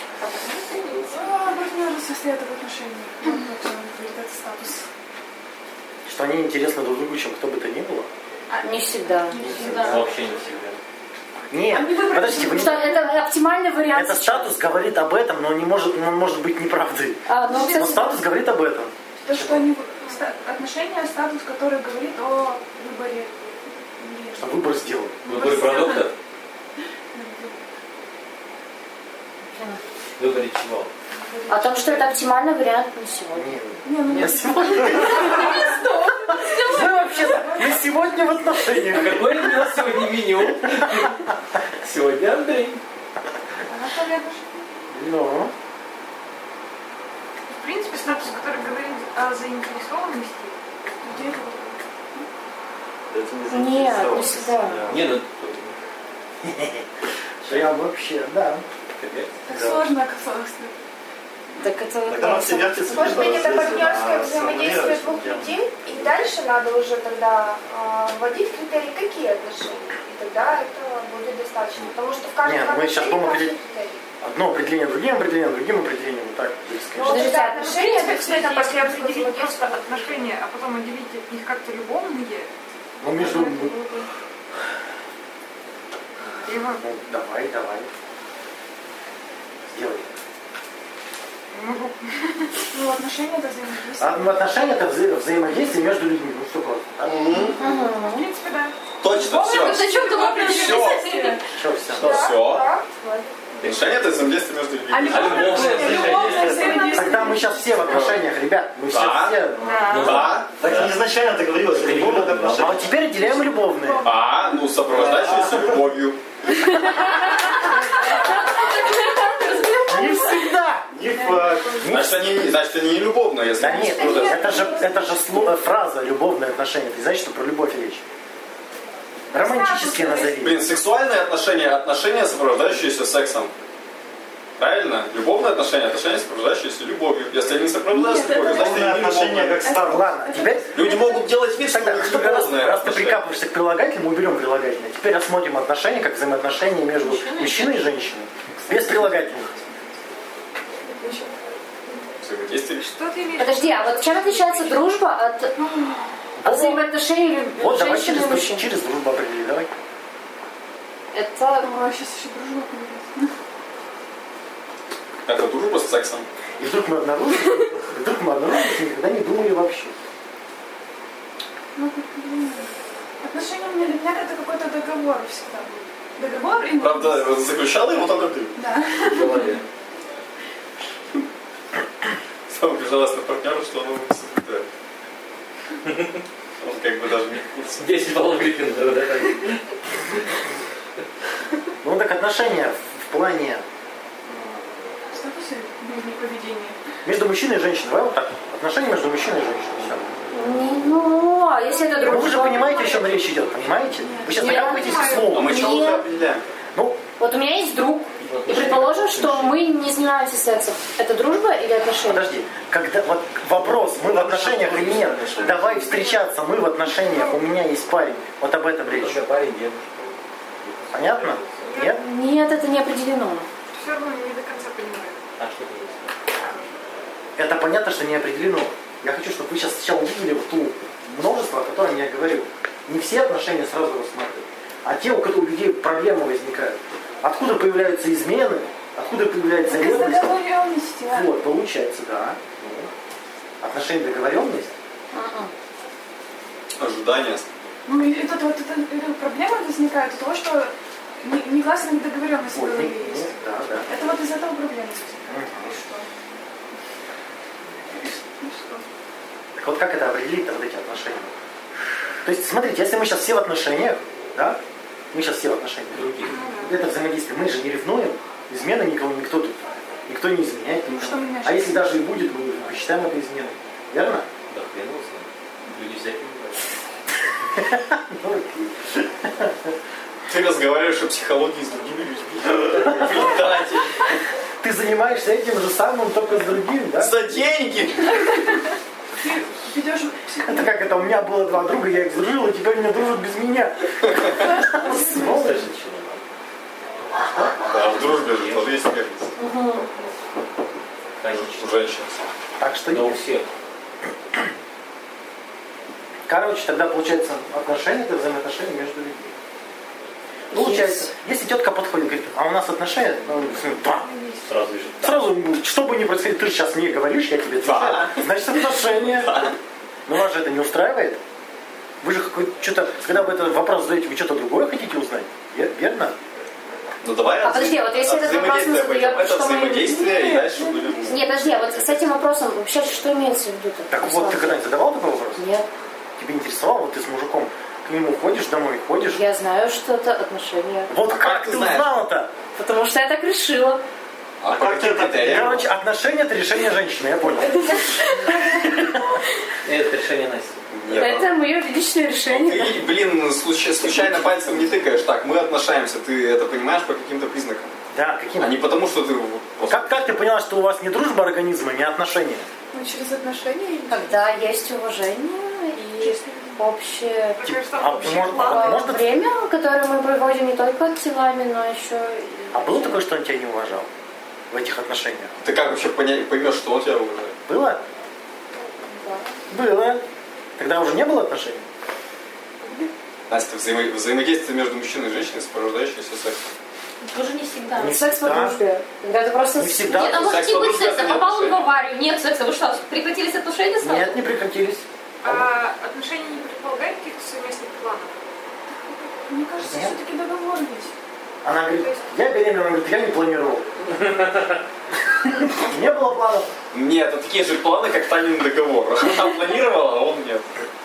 а, партнеры состоят в отношениях. Вот это говорит, это статус. что они интересны друг другу, чем кто бы то ни было? Не всегда. Вообще не всегда. Нет, Они выбрали подождите, вы не- Потому что это оптимальный вариант. это сейчас. статус говорит об этом, но не может, он может быть неправдой. А, ну, Но кстати, статус говорит об этом. То, что они ста- отношения, статус, который говорит о выборе. Не, Что выбор сделан. Выбор продуктов? Выборе чего? О том, что это оптимальный вариант на сегодня. Не, ну На сегодня. Мы вообще-то на сегодня в отношениях. А какое у нас сегодня меню? Сегодня Андрей. Анатолий Адушев. Ну. В принципе, статус, который говорит о заинтересованности, людей Это не Нет, заинтересованность. не всегда. Не, ну... Прям вообще, да. Капец. Так Да. сложно оказалось. Так это... Так оно все вертится. Может быть, это либо партнерское на взаимодействие самомере, двух чем- людей, и дальше надо уже тогда э, вводить критерии, какие отношения. И тогда этого будет достаточно. Потому что в каждом Нет, мы сейчас отношении будем разные определить- критерии. Одно определение другим определением, другим определением. Вот так, Ну, бесконечно. вот Подождите, это а В отношения, принципе, это кстати, действительно если партнерское определить просто взаимодействие. отношения, а потом отделить от них как-то любовные, Ну, между... Ну, его давай, давай. Сделай. не могу. Ну, отношения это взаимодействие. А, ну, отношения это вза- взаимодействие между людьми. Ну, что просто. А, В принципе, да. Точно, все. Зачем ты определились? что, все. Что, все? Да, Отношения это взаимодействие между людьми. А любовное любовное взаимодействие. Тогда мы сейчас все в отношениях, ребят. Мы сейчас Да. все... Ну, Да. Так изначально ты говорилось, это любовное А отношение. вот теперь отделяем любовные. А, ну, сопровождающиеся любовью. Не всегда. Не факт. Значит, они, значит, они не любовные, если Да они нет, сопровождаются. это же, это же сло- фраза любовные отношения. Ты знаешь, что про любовь речь? Романтические назови. Блин, сексуальные отношения, отношения, сопровождающиеся сексом. Правильно? Любовные отношения, отношения, сопровождающиеся любовью. Если они не сопровождаются любовью, значит, Любовные они не отношения любовные. как Star Wars. Ладно, теперь Люди могут делать вид, что у тогда, них что раз, любовные раз ты отношения. прикапываешься к прилагательному, уберем прилагательное. Теперь рассмотрим отношения как взаимоотношения между мужчиной и женщиной. Без прилагательных. Взаимодействие. Что ты имеешь? Подожди, а вот чем отличается дружба от, от взаимоотношений лю- Вот давай женщины через, и мужчин? через дружбу определи, давай. Это... Ой, сейчас еще дружба появится. Это дружба с сексом. И вдруг мы обнаружим, и вдруг мы обнаружим, что никогда не думали вообще. Ну, блин. Отношения у меня для меня это какой-то договор всегда был. Договор и... Правда, вот заключала его только ты. Да. в голове. Самое безжалостное партнера, что он его секретарь. Он как бы даже не в курсе. десять баллов Гриффиндора, да? Ну так отношения в плане Статусы нужны поведения. между мужчиной и женщиной. Давай вот так. Отношения между мужчиной и женщиной. Всё. Не, ну, а если это Ну, дружба? вы же понимаете, о чем речь идет, понимаете? Вы сейчас Нет, закапываетесь в А слово. мы что Нет. уже определяем? Ну, Вот у меня есть друг, и предположим, что мы не занимаемся сексом. Это дружба или отношения? подожди. Когда, вот вопрос, мы в отношениях или нет? Давай встречаться, мы в отношениях, у меня есть парень. Вот об этом речь. Только парень, девушка. Понятно? Нет? Нет, это не определено. Все равно не до конца понимаю. А что это есть? Это понятно, что не определено. Я хочу, чтобы вы сейчас сначала увидели вот ту множество, о котором я говорю. Не все отношения сразу рассматривают, а те, у которых у людей проблемы возникают. Откуда появляются измены, откуда появляется Так из ревность. договоренности. а? Вот, получается, да. Ну, отношения договоренность. А-а. Ожидания. Ну, и это, вот, это, эта проблема возникает из того, что не- негласная договоренность в Вот, голове не- есть. не- да, да. Это вот из этого проблема. Мгм. И что? И что? Так вот как это определить-то, вот эти отношения? То есть, смотрите, если мы сейчас все в отношениях, да, мы сейчас все в отношениях, Других. это взаимодействие, мы же не ревнуем, измена никого, никто тут, никто не изменяет. Ну, что мы А если даже и будет, мы посчитаем это изменой. Верно? Да хрен его знает. Люди всякие бывают. Ну, Ты разговариваешь о психологии с другими людьми. Предатель. ты занимаешься этим же самым, только с другим, да? За деньги. Ты ведешь Это как это, у меня было два друга, я их дружил, и теперь они дружат без меня. Сволочь. Слышать, что надо. Да, в дружбе же тоже есть верность. Конечно. У женщин. Так что Да у нет. всех. Короче, тогда получается отношения, это взаимоотношения между людьми. Получается, если тетка подходит, говорит, а у нас отношения, ну, да. Сразу же. Сразу, ну, что бы ни происходило, ты же сейчас мне говоришь, я тебе отвечаю. Значит, отношения. Но вас же это не устраивает? Вы же какой-то, что-то, когда вы этот вопрос задаете, вы что-то другое хотите узнать? Вер- Верно? Ну давай А подожди, вот если от этот вопрос мы взаимодействия задаем, пойдем. Это что мы- взаимодействие, и дальше будем... Нет, подожди, а вот с этим вопросом вообще что имеется в виду? Так вот, ты когда-нибудь задавал такой вопрос? Нет. Тебе интересовало, вот ты с мужиком к нему ходишь домой, ходишь? Я знаю, что это отношения. Вот А как, как ты ты знаешь? узнала-то? Потому что я так решила. А по каким критериям? Короче, отношения это решение женщины, я понял. Это решение Насти. Нет. Это мое личное решение. Ты, блин, случай- случайно пальцем не тыкаешь. Так, мы отношаемся. Ты это понимаешь по каким-то признакам. Да, каким? А не потому, что ты... вот просто- Как, как ты поняла, что у вас не дружба организма, не отношения? Ну, через отношения или Когда есть уважение и общее Мне кажется, А общий может- план. а э, может быть- время, которое мы проводим не только делами, но еще и... А было такое, что он тебя не уважал в этих отношениях? Ты как вообще поня- поймешь, что он тебя уважает? Было? Да. Было. Тогда уже не было отношений? Настя, взаимо- взаимодействие между мужчиной и женщиной, сопровождающееся сексом. Тоже не всегда. Не Секс по всегда. дружбе. Когда ты просто... Не всегда. Нет, а может секс не по быть дружбе, секса. это не Попал он в отношения. аварию, нет секса. Вы что, прекратились отношения сразу? Нет, не прекратились. А отношения не предполагают каких-то совместных планов? Мне кажется, Нет. все-таки договор есть. Она говорит, я беременна, он говорит, я не планировал. Не было планов. Нет, это такие же планы, как Танин договор. Она планировала, а он нет.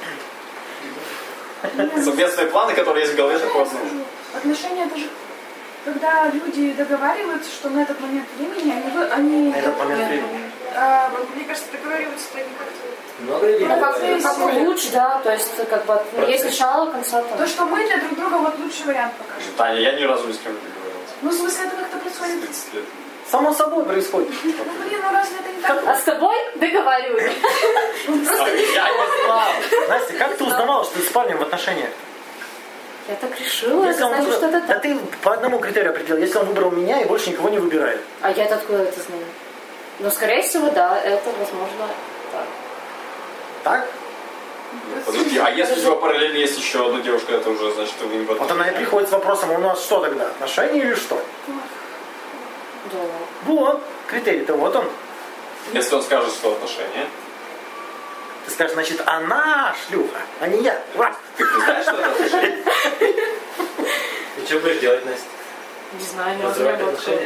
Совместные планы, которые есть в голове, такого Я скажу, отношения даже когда люди договариваются, что на этот момент времени они... вы- они На этот момент времени. А, вот, мне кажется, договариваться-то не как-то... Много людей Ну, как, договариваются. как лучше, да, то есть как бы ну, есть начало, конца. там. То, что мы для друг друга вот лучший вариант покажем. Таня, я ни разу ни с кем не договорился. Ну, в смысле, это как-то происходит. тридцать лет. Само собой происходит. Ну, блин, ну разве это не так? А с тобой договариваюсь. А я не знал. Настя, как ты узнавала, что ты с парнем в отношениях? Я так решила, это Если он значит, выбрал- что это Да так. ты по одному критерию определил. Если он выбрал меня и больше никого не выбирает. А я-то откуда это знаю? Ну, скорее всего, да, это возможно так. Так? Подожди, а если у тебя параллельно есть еще одна девушка, это уже значит, вы не в Вот она и приходит с вопросом, у нас что тогда? Отношения или что? Да. Вот, критерий-то вот он. Если он скажет, что отношения, Ты скажешь, значит, она шлюха, а не я. Ура! ты знаешь, что это отношения? И что будешь делать, Настя? Не знаю, не Разрывать знаю. отношения?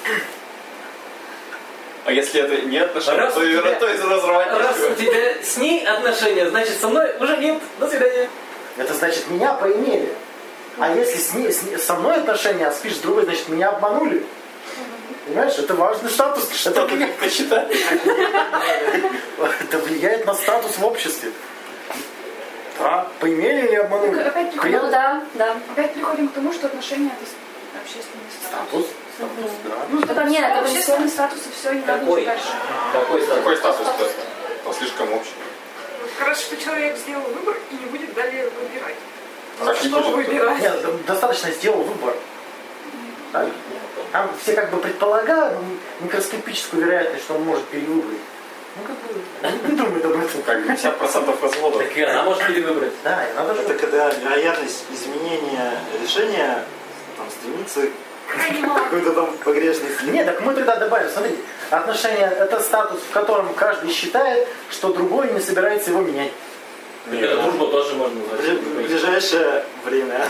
А если это не отношения, Раз то у и тебя- то есть разрывать Раз нечего. у тебя с ней отношения, значит со мной уже нет. До свидания. Это значит, меня поимели. А если с ней, с ней- со мной отношения, а спишь с другой, значит, меня обманули. Понимаешь, это важный статус. Что Это, ты как посчитаешь? это влияет на статус в обществе. Да, поимели или обманули? Опять Ну приходим, да, да. опять приходим к тому, что отношения это общественный статус. Статус. Статус, да. Ну, Это это нет, все это не общественный статус, и все, не надо Какой? ничего дальше. Какой статус? Какой статус это? Это слишком общий. Вот хорошо, что человек сделал выбор и не будет далее выбирать. Как не Что будет? выбирать? Нет, д- достаточно сделал выбор. Так? Там все как бы предполагают микроскопическую вероятность, что он может перевыбрать. Ну как бы не думает об этом. Как пятьдесят процентов разводов. Так и она может перевыбрать. Да, и надо Это же. когда вероятность изменения решения там, стремится Крайне к мало. какой-то там погрешности. Нет, так мы тогда добавим, смотрите, отношения это статус, в котором каждый считает, что другой не собирается его менять. Так эту дружбу тоже можно В назвать. бли- ближайшее время.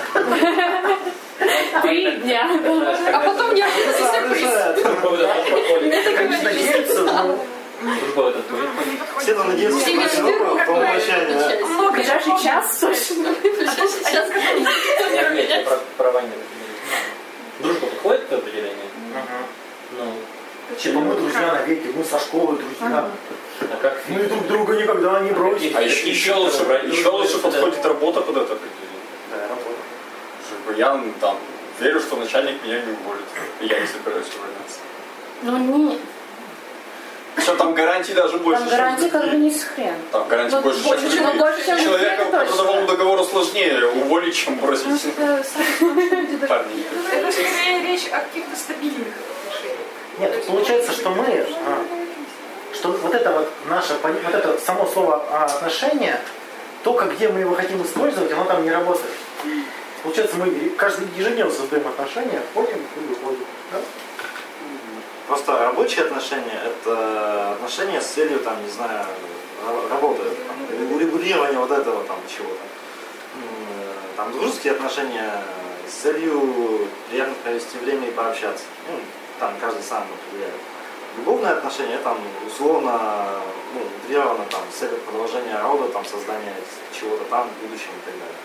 Три дня. А потом неожиданный сюрприз. Дружба в этот подходит. Конечно, делится, но Дружба в этот будет. Все там надеются, что Семья просил четыре, по умолчанию. какая Много Ближайший чего. час точно. Сейчас Я отметил про права не Дружба подходит к определению? Ну, типа мы друзья навеки, мы со школы друзья. а как Мы друг друга никогда не бросим. А еще, еще лучше, еще лучше подходит работа под это определение. Да, работа. Чтобы я ну, там верю, что начальник меня не уволит. И я не собираюсь увольняться. Ну, не. Что там гарантии даже больше. Там чем гарантии в как бы людей. не с хрен. Там гарантии Ну, больше, больше, чем чем- людей. больше, чем Человека людей, по точно. трудовому договору сложнее уволить, чем бросить Потому что самое люди даже... парней. Это скорее речь о каких-то стабильных отношениях. Нет, получается, что мы, а, что вот это вот наше, пони- вот это само слово а, отношения, только где мы его хотим использовать, оно там не работает. Получается, мы каждый ежедневно создаем отношения, входим и выходим. Да? Просто рабочие отношения – это отношения с целью, там, не знаю, ра- работы, там, урегулирования вот этого там чего-то. М, Там дружеские отношения с целью приятно провести время и пообщаться. Ну, там каждый сам определяет. Любовные отношения, там, условно, ну, мотивировано там, с целью продолжения рода, там, создания чего-то там в будущем и так далее.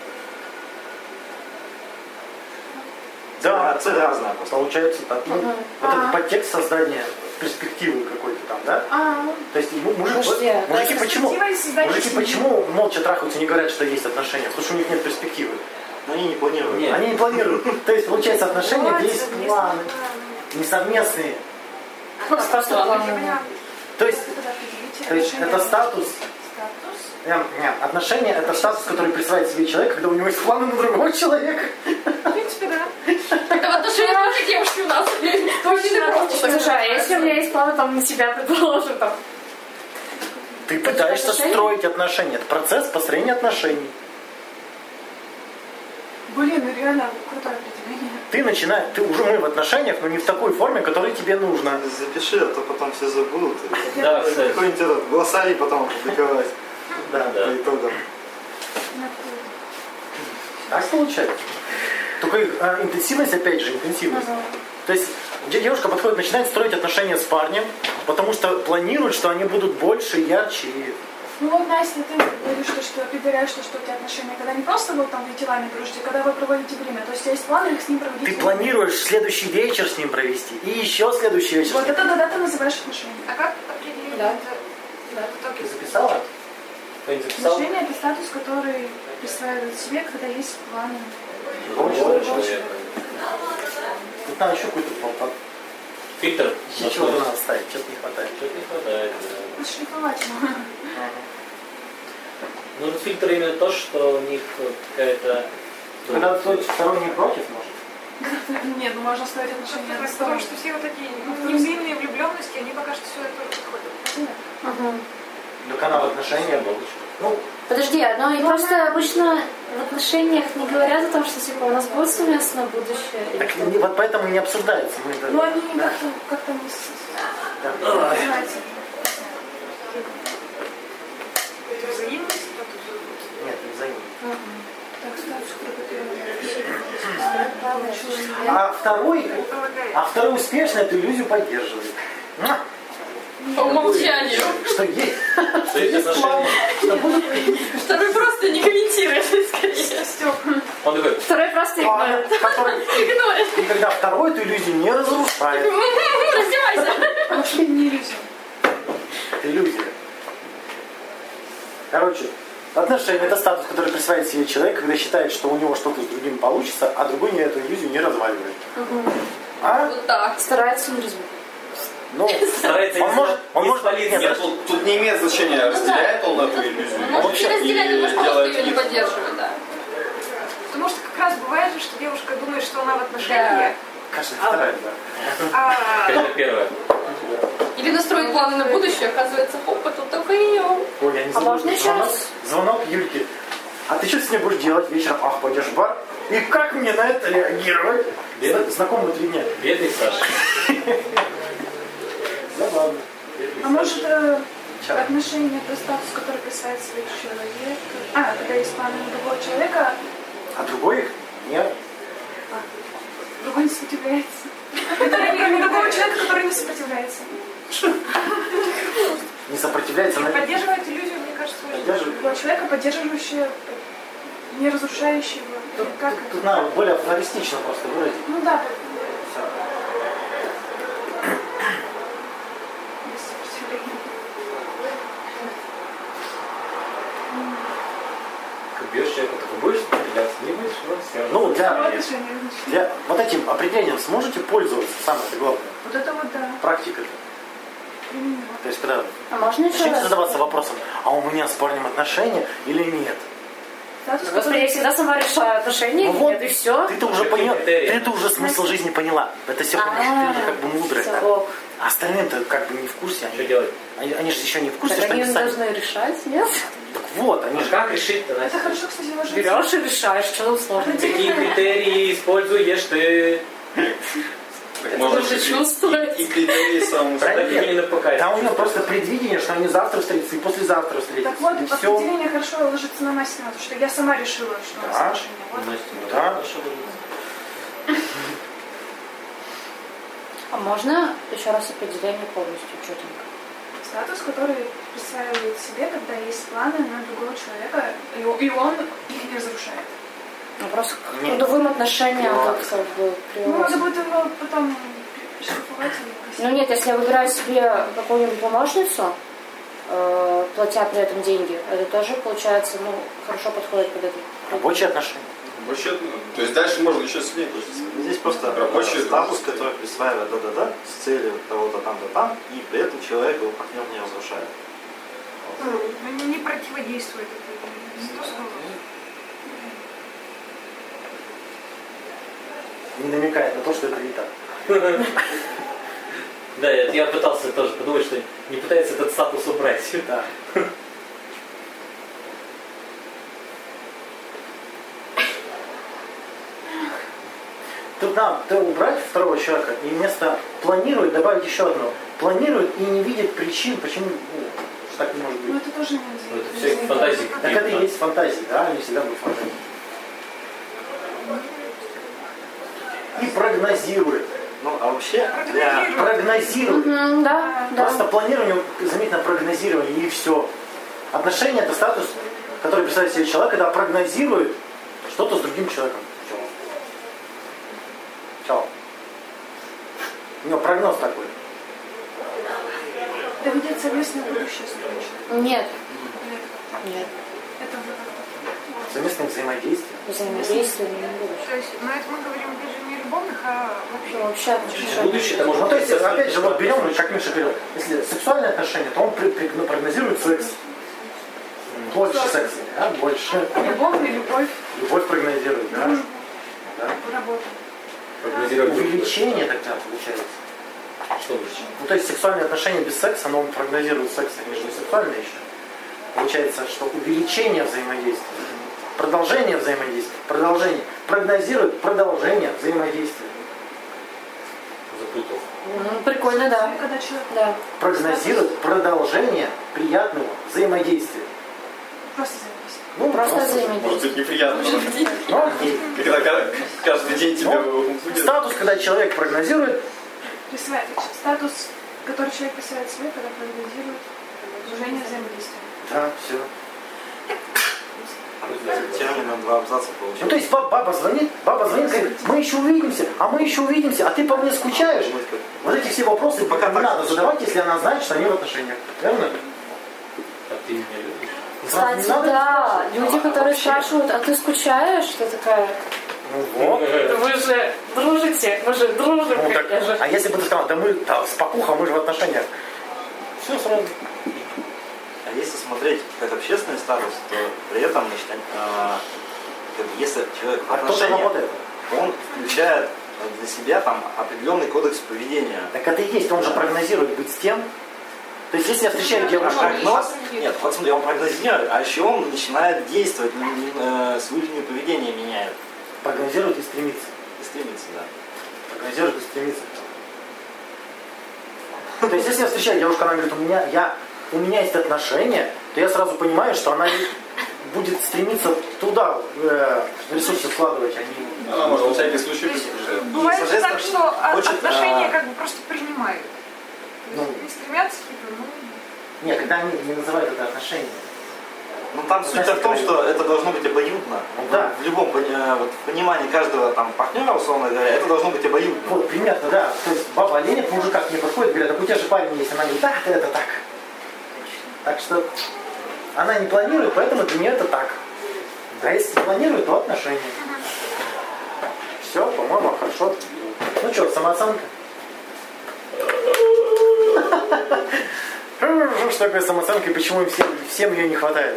Да, цель разная просто. Получается так. Ну, Ага. вот А. этот подтекст создания перспективы какой-то там, да? А, То есть му- мужик, Подожди, вот- мужики да, почему, перспектива и создание мужики семьи. почему молча трахаются и не говорят, что есть отношения? Потому что у них нет перспективы. Но они не планируют. Нет. Они не планируют. То есть получается отношения, Вот, где есть совместные планы, планы. несовместные. просто Я планы. поняла. То есть, Как это определить? то есть Отношения это статус, Статус? нет, нет, отношения это статус, который присваивает себе человек, когда у него есть планы на другого человека. В принципе, да. Это в отношениях только девушки у нас. Мужчины просто так. Слушай, а если у меня есть планы там на себя, предположим, там, Ты пытаешься отношения? строить отношения. Это процесс построения отношений. Блин, ну реально крутое определение. Ты начинаешь, ты уже мы в отношениях, но не в такой форме, которой тебе нужно. Запиши, а то потом все забудут. Да, кстати. Какой-нибудь этот глоссарий потом опубликовать Да, Да. по итогам. Так получается. Только а, интенсивность, опять же, интенсивность. То есть де- девушка подходит, начинает строить отношения с парнем, потому что планирует, что они будут больше, ярче. И... Ну вот, Настя, ты говоришь, что, что предполагаешь, что, что у тебя отношения, когда не просто вот там вы делами дружите, когда вы проводите время, то есть у тебя есть планы их с ним проводить. Ты время. планируешь следующий вечер с ним провести, и еще следующий вечер Вот с ним. это да, ты называешь отношения. А как определить Да. это? Да, в Ты итоге записала? Кто-нибудь записал? Отношения это статус, который присваивает себе, когда есть планы. Другого человека. Тут надо еще какой-то по- по- Фильтр. чего-то надо ставить, что-то не хватает. Что-то не хватает, да. Отшлифовать его. Ну, этот фильтр именно то, что у них вот какая-то... Когда кто сторонний против, может? Нет, ну можно строить отношения. Потому односторонние. что все вот такие ну, невзаимные влюбленности, они пока что сюда тоже подходят. Ага. Так она в отношениях. Ну, Подожди, но и просто обычно в отношениях не говорят о том, что типа у нас будет совместное будущее. или так что? не- вот поэтому и не обсуждается. Мы это- Ну они как-то как-то не с- Да. знаете. Это взаимность, Нет, не взаимно. Так, статус, А второй, это помогает. а второй успешно эту иллюзию поддерживает. Муа! По умолчанию. Что есть? Что есть отношения? Что будет? Второй просто не комментирует, скорее. Он такой, Второй просто А, игнорит. который Игнорит. никогда второй эту иллюзию не разрушает. Раздевайся. Вообще не иллюзия. Это иллюзия. Короче, отношения это статус, который присваивает себе человек, когда считает, что у него что-то с другим получится, а другой эту иллюзию не разваливает. А? Вот так. Старается не развивать. Ну, старается он не- может, он не может, спалить нет, себя. Тут, тут не имеет значения, разделяет он эту иллюзию. Может, вообще, не разделять, или а может, просто делает ее не вид. поддерживать, да. Потому что как раз бывает же, что девушка думает, что она в отношениях, кажется, вторая, да. а это первое. Или настроить планы на будущее, оказывается, опа, тут только ее. Ой, я не А забыл. можно еще звонок, раз? звонок Юльке. А ты что с ней будешь делать вечером? Ах, пойдешь в бар? И как мне на это реагировать? Бедный. Знакомые три дня. Бедный Саша. Забавно. А может э, Чё? отношения это статус, который присваивает себе человек? А, когда есть планы на другого человека, А другой их нет. другой не сопротивляется. Это другого человека, который не сопротивляется. Не сопротивляется. на- поддерживает иллюзию, мне кажется, очень Поддерживает. Другого человека, поддерживающего, не разрушающего. Тут, Или как тут- это? тут надо более афористично просто выразить. Ну да. Всё. Без сопротивления. Как бьешь человека, так будешь сопротивляться, не будешь, ну все. Ну, для, Второе отношение, значит. для вот этим определением сможете пользоваться, самое главное, Вот это вот да. практика. Применимо. То есть, когда А можно еще начнете раз? задаваться вопросом, а у меня с парнем отношения или нет? Статус, Господи, который я всегда сама решаю отношения, Ну или вот, нет, и все. ты-то уже Какие поняла, критерии? ты-то уже смысл жизни поняла. Это все, А, ты уже как бы мудрая. всё, ок. А остальные-то как бы не в курсе. Что Они, делать? они, они же еще не в курсе, Так что они они сами. должны решать, нет? Так вот, они А же... как решить-то, Это Настя? хорошо, кстати, ложится. Берешь и решаешь, что там сложно. Какие критерии используешь ты? Так можно Уже же чувствуется. и, и критерии самому Так Правильно? именно пока. Там у него просто предвидение, что они завтра встретятся и послезавтра встретятся. Так вот, и все. определение хорошо ложится на Настю, потому что я сама решила, что у нас Да. отношения. Вот. Настя, ну Да. хорошо. А можно еще раз определение полностью четенько? Статус, который присваивает себе, когда есть планы на другого человека, и он- и он их не разрушает. Ну, просто к трудовым отношениям как как бы Ну, надо привязан. будет его потом перешлифовать и Ну нет, если я выбираю себе какую-нибудь помощницу, э, платя при этом деньги, это тоже получается, ну, хорошо подходит под это. Рабочие отношения. Вообще, ну, то есть дальше можно еще сильнее крутиться. Здесь просто Рабочий статус, который присваивает да-да-да с целью того-то там-то там, и при этом человек его партнер не разрушает. Ну, не, не противодействует этой статусу. Не намекает на то, что это не так. Да, я, я пытался тоже подумать, что не пытается этот статус убрать. Да. Тут надо убрать второго человека и вместо планирует добавить еще одно. Планирует и не видит причин, почему ну, что так не может Ну, быть. это тоже Ну, это нельзя. все фантазии. Так это и есть фантазии, да, они всегда будут фантазии. И прогнозирует. Ну, а вообще для... Прогнозирует. Мгм, да, да. Просто планирование, заметно прогнозирование и все. Отношения это статус, который представляет себе человек, когда прогнозирует что-то с другим человеком. Все. Все. У него прогноз такой. Да видят совместное будущее с другим человеком. Нет, Нет. нет. Это вот как-то. Совместное взаимодействие. Взаимодействие не буду. То есть, ну это мы говорим даже не любовных, а вообще. Ну, вообще отношения. Будущее это Ну, может то есть, быть опять же, вот берем, как Миша говорил, если сексуальные отношения, то он при- при- ну, прогнозирует секс. Больше секса, да, больше. Любовь и любовь, Любовь прогнозирует, да. Да. работа. прогнозировать. Увеличение тогда получается. Что лучше? Ну, то есть сексуальные отношения без секса, но он прогнозирует секс, они же не сексуальные еще. Получается, что увеличение взаимодействия, продолжение взаимодействия, продолжение, прогнозирует продолжение взаимодействия. Запутал. Ну, прикольно, да. Когда человек Да. Прогнозирует продолжение приятного взаимодействия. просто зависит. Ну, Просто Может взаимодействие. быть неприятно. Ну, окей. Когда ка- каждый день тебе Ну, будет. статус, когда человек прогнозирует, Присваивает статус, который человек присваивает себе, когда прогнозирует продолжение взаимодействия. да, все. Термин на два абзаца Ну, получил. то есть баба, баба звонит, баба звонит, говорит, мы еще увидимся, а мы еще увидимся, а ты по мне скучаешь? Вот эти все вопросы пока не надо задавать, если она знает, что они в отношениях. Верно? А ты меня любишь? Сразу не Кстати, надо да, спрашивать. люди, которые спрашивают, а ты скучаешь? Что такая? Ну, вот. Вы же дружите, мы же дружим. Ну, так, я же... а если бы ты сказал, да мы да, спокуха, мы же в отношениях. Все сразу. А если смотреть как общественный статус, то при этом, значит, а, как бы, если человек в А кто-то отношениях, работает. он включает для себя там определенный кодекс поведения. Так это и есть, он же прогнозирует быть с тем. То есть если я встречаю девушку, Прогноз, нет, вот смотри, он прогнозирует, а еще он начинает действовать, м, м, э, свою линию поведения меняет. прогнозирует и стремится. И стремится, да. Прогнозирует и стремится. То есть если я встречаю девушку, она говорит, у меня, я, у меня есть отношения, то я сразу понимаю, что она будет стремиться туда э, ресурсы вкладывать, а не... Она может на всякий случай То есть, предупреждать. бывает же соответственно, так, что от- хочет, отношения а, как бы просто принимают. Ну, Не стремятся, типа, ну, нет, когда они не называют это отношения. Ну там суть в том, что это должно быть обоюдно. Да. В любом пони- э, вот, в понимании каждого там партнера, условно говоря, это должно быть обоюдно. Вот, примерно, да. То есть баба оленя по мужикам не подходит, говорят, так у тебя же парень есть. Она говорит, да, это так. Так что она не планирует, поэтому для нее это так. А если планирует, то отношения. Все, по-моему, хорошо. Ну что, самооценка? Что такое самооценка и почему им всем, всем ее не хватает?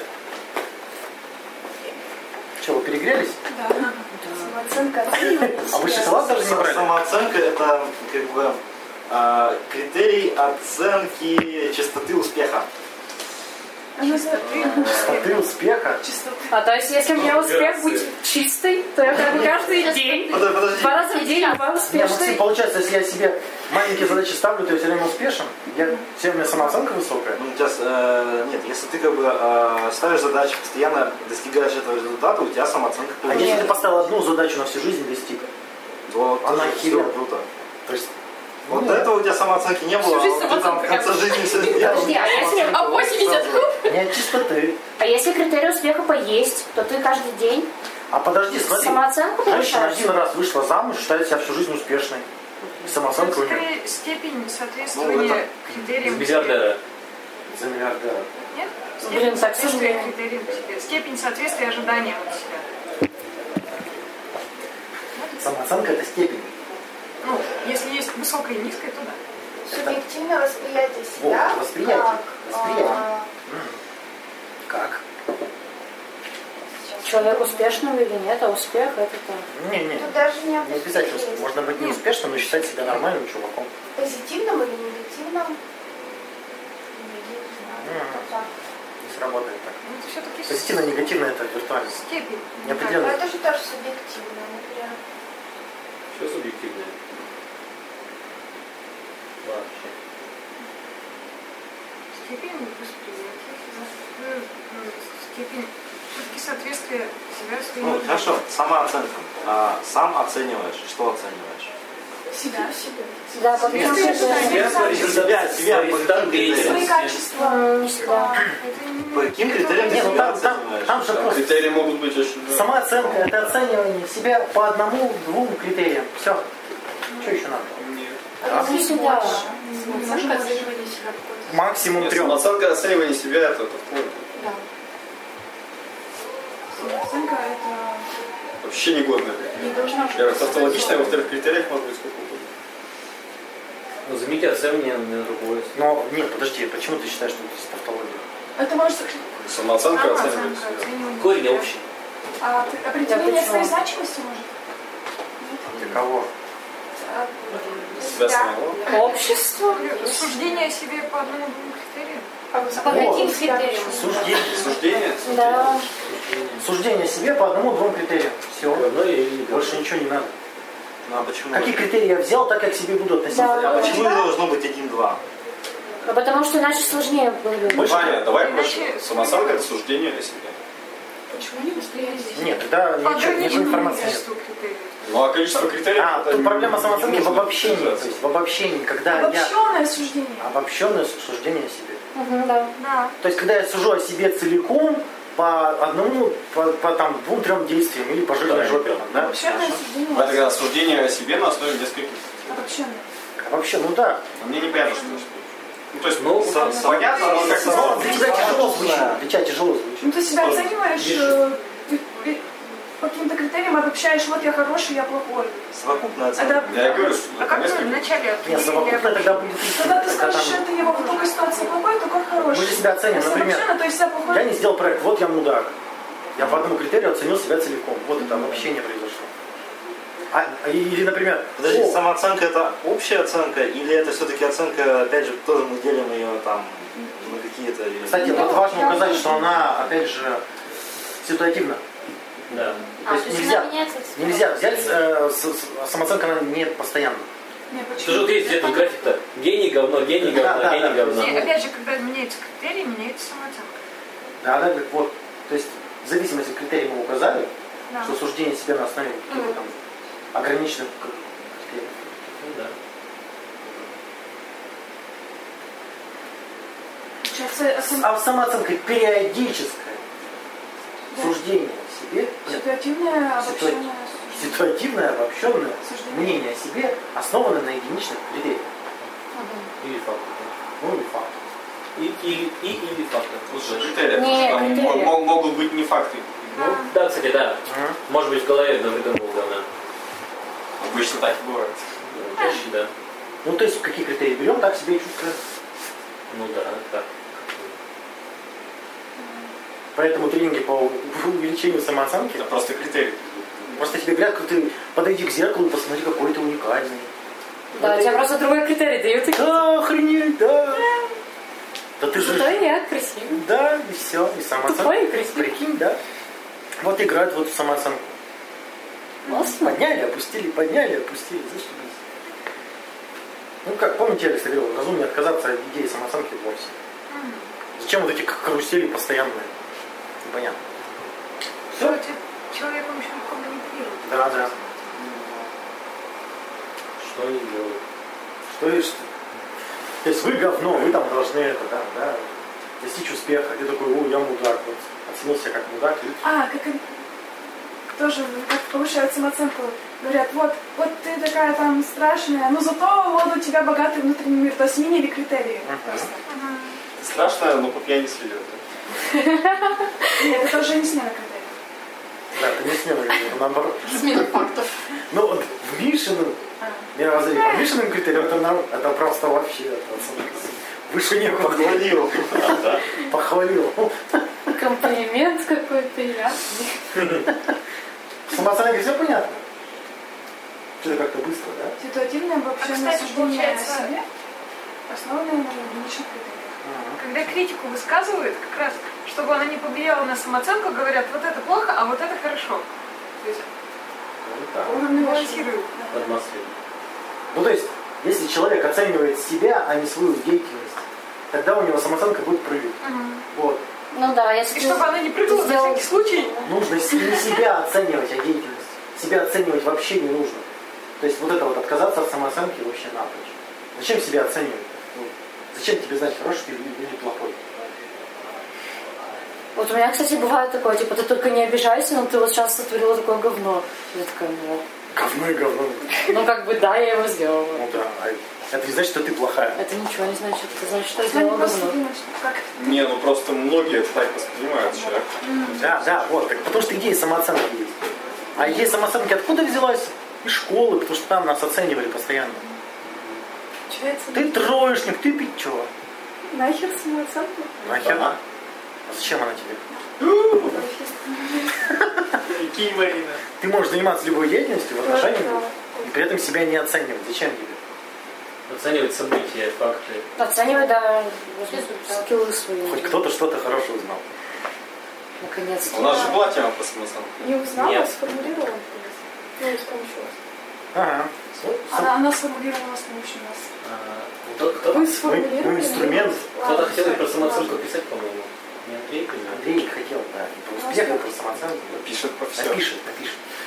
Что, вы перегрелись? Да. Самооценка оценивания А вы себя. шоколад даже не Са- брали? Самооценка это как бы а, критерий оценки частоты успеха. Она за- Частоты успеха. Чистоты. А то есть, если у меня успех будет чистый, то я как бы каждый день, Подожди, подожди. два раза в день я Не, Максим, успешный. получается, если я себе маленькие задачи ставлю, то я все время успешен. Я, все у меня самооценка высокая. Ну, у тебя, э, нет, если ты как бы э, ставишь задачи, постоянно достигаешь этого результата, у тебя самооценка А повышается. если ты поставил одну задачу на всю жизнь и достиг, то Она тоже всё херня. круто. то есть Вот до этого у тебя самооценки не было, Всю жизнь а вот ты там в самооценка конце жизни все сделал. Подожди, а если, А восемьдесят? Не от чистоты. а если критерий успеха поесть, то ты каждый день А подожди, смотри. самооценку Женщина повышаешь? один раз вышла замуж, считает себя всю жизнь успешной. И самооценка у нее Скорее, степень Ну, соответствования это критериям Миллиардера. за миллиардера. Нет? Блин, Степень так, к соответствия сожалению. критериям себе. Степень соответствия ожиданиям от себя. Самооценка это степень. Ну, если есть высокая и низкая, то да. Субъективное восприятие Вот, себя. восприятие. Как, Восприятие. а, Как? Человек успешным или нет, а успех это там. Не-не. Тут даже не Не об обязательно. успехе. Можно быть неуспешным, но считать себя нормальным чуваком. Позитивном или негативном? Не знаю. Мгм. Так. Не сработает так. Ну, это все-таки Позитивно-негативно это виртуально. степень. Не определенно. Но это же тоже субъективно, например. Все субъективное. Вообще. Степень восприятия, э, э, степень все-таки соответствия себя своим Ну, ожиданиям. хорошо, самооценка. А, сам оцениваешь, что оцениваешь? Себя, себя. Да, по Если критике- Себя, по результатам, себя, по результатам по деятельности. Свои качества. М, не всегда. Это не- По каким критериям ты Не, ну себя там, там, оцениваешь? там же Там просто критерии могут быть очень... самооценка это оценивание себя по одному-двум критериям. Все. Что еще надо? Нет. Ну, не всегда. Самооценка, оценивание себя какой-то. Максимум Нет, трем. самооценка, оценивание себя это такое. Да. Самооценка это Вообще негодное. не должна быть. Во-первых, тавтологичное, во-вторых, в критериях может быть сколько угодно. Ну, заметьте оценивание на другое. Но нет, подожди, почему ты считаешь, что это тавтология? Это может Самооценка, Самооценка, оценивание себя. оценивание Корень себя. общий. а, определение почему? своей значимости может. Для кого? А, Себя самого. Общество. Суждение о себе по одному-двум критериям. А По каким критериям? Суждение. Суждение? Да. Суждение о себе по одному-двум критериям. Все. Говно или не говно? Больше ничего не надо. Ну, а почему? Какие критерии я взял, так я к себе буду относиться. Да. А почему не должно быть один-два? Ну, потому что иначе сложнее было бы. Больше- Ваня, давай Иначе- проще. Самооценка это суждение о себе. Почему не восприятие себя? Нет, тогда ничего, никакой Ограниченное информации нет. количество критериев. Ну а количество критериев... А, это тут не- проблема самооценки не в нужно обобщении. держаться. То есть в обобщении, когда я... Обобщенное суждение. Обобщенное суждение о себе. Мгм, да. Да. То есть, когда я сужу о себе целиком по одному, по, по там, двум-трем действиям или по жирной Да, жопе. да. Там, да? Обобщенное А суждение. это когда суждение о себе на основе нескольких. Обобщенное. А вообще, ну да. Но мне непонятно, что это. Ну, то есть, Ну, сам- сам- понятно, но как-то... Но для тебя тяжело звучит. Для тебя тяжело звучит. Ну, ты себя оцениваешь, э, ты- ты по каким-то критериям обобщаешь, вот я хороший, я плохой. Совокупная Это, оценка. Я говорю, что А как вы несколько- вначале Нет, определили? совокупно тогда будет истина. когда ты Это скажешь, там- это я в такой ситуации плохой, то как хороший. Мы для себя оценим, Если например, обобщенно, то есть я плохой. Я не сделал проект, вот я мудак. Я по одному критерию оценил себя целиком. Вот это обобщение произошло. А, или, например, Подожди, о, самооценка это общая оценка или это все-таки оценка, опять же, тоже мы делим ее там на какие-то... кстати, вот важно указать, что она, опять же, ситуативна. Да. А, То есть то есть нельзя, она меняется. нельзя взять, э, с- с- самооценка она не постоянна. Не, Это же почему? вот есть где-то график-то. Гений, говно, гений, Да, говно, да, гений, да. говно. Не, опять же, когда меняются критерии, меняется самооценка. Да, да, говорит, вот. То есть в зависимости от критерий мы указали, Да. что суждение себя на основе каких-то там ограниченных к- критериев. Ну да. Получается, оцен- А в самооценке периодическое Да. суждение о себе, ситуативное, обобщенное суждение. ситуативное, обобщенное Суждение. мнение о себе основано на единичных критериях. Или факт. Ну и факт. И, или, и, или факт. Слушай, критерии. Не, Там критерии. мо- мо- могут быть не факты. Ну, да, кстати, да. Мгм. Может быть, в голове навыдумывал говна. Обычно так и бывает. Ну, чаще, да. Ну то есть какие критерии берем, так себя и чувствуем. Ну да, так. Поэтому тренинги по увеличению самооценки, Это просто критерий. просто тебе говорят, как ты подойди к зеркалу и посмотри, какой ты уникальный. Да, Вот тебе и- просто другой критерий дают. Да, охренеть, да. Да ты же... Зато я красивый. Да, и все, и самооценка. Тупой и красивый. Прикинь, да. Вот играют вот в самооценку. Классно. Подняли, опустили, подняли, опустили. Зашибись. Ну как, помните, Алекс говорил, разумнее отказаться от идеи самооценки вовсе. Зачем вот эти к- карусели постоянные? Непонятно. Все? Человек он еще легко манипулирует. Да, да. Что они делают? Что есть, то есть вы говно, вы там должны это, да, да, достичь успеха. Ты такой, о, я мудак, вот, оценил себя как мудак. И... А, как тоже как повышают самооценку. Говорят, вот, вот ты такая там страшная, но зато вот у тебя богатый внутренний мир. То есть сменили критерии. Uh-huh. Ты страшная, но по пьяни сведет. Нет, это тоже не смена критерий. Да, это не смена критерий, наоборот. Смена фактов. Ну, вот в Мишиным, мировоззрение, по Мишиным критериям это, это просто вообще это, выше некуда. Похвалил. Похвалил. Комплимент какой-то я. Самооценка, все понятно? Что-то как-то быстро, да? Ситуативное обобщенное А, кстати, суждение о получается- себе, основанное на единичных критериях. Когда критику высказывают, как раз, чтобы она не повлияла на самооценку, говорят, вот это плохо, а вот это хорошо. То есть Ну, да. Уровень балансируют. Атмосфера. Ну, то есть, если человек оценивает себя, а не свою деятельность, тогда у него самооценка будет прыгать. Вот. Ну да, если И ты чтобы она не прыгала на сделал- всякий случай. Нужно с- не себя оценивать, а деятельность. Себя оценивать вообще не нужно. То есть вот это вот отказаться от самооценки вообще напрочь. Зачем себя оценивать? Ну, зачем тебе знать, хороший ты или плохой? Вот у меня, кстати, бывает такое, типа, ты только не обижайся, но ты вот сейчас сотворила такое говно. Я такая, ну, Говно и говно. ну как бы да, я его сделала. Ну да. А это не значит, что ты плохая. Это ничего не значит, это значит, что я Если они сделала просто говно. думают, что как Не, ну просто многие это так воспринимают человек. Да, да, вот. Так, потому что идея самооценки есть. А идея самооценки откуда взялась? Из школы, потому что там нас оценивали постоянно. получается, Ты троечник, ты пятё. нахер самооценку. Нахер? Ага. А зачем она тебе? Какие, Марина? Ты можешь заниматься любой деятельностью в отношениях и при этом себя не оценивать. Зачем тебе? Оценивать события, факты. Оценивать, да, скиллы свои. Хоть кто-то что-то хорошее узнал. Наконец-то. У нас же была тема по смыслу. Не узнала, Нет. сформулировала. Ну, с помощью вас. Ага. Она, она сформулировала с помощью нас. А, кто- кто- Вы Мы, сформулировали. мы инструмент. Кто-то хотел и про самооценку писать, по-моему. Не Андрей, или? Андрей хотел, да, и про успех, и про самооценку. Пишет про все. Напишет, напишет.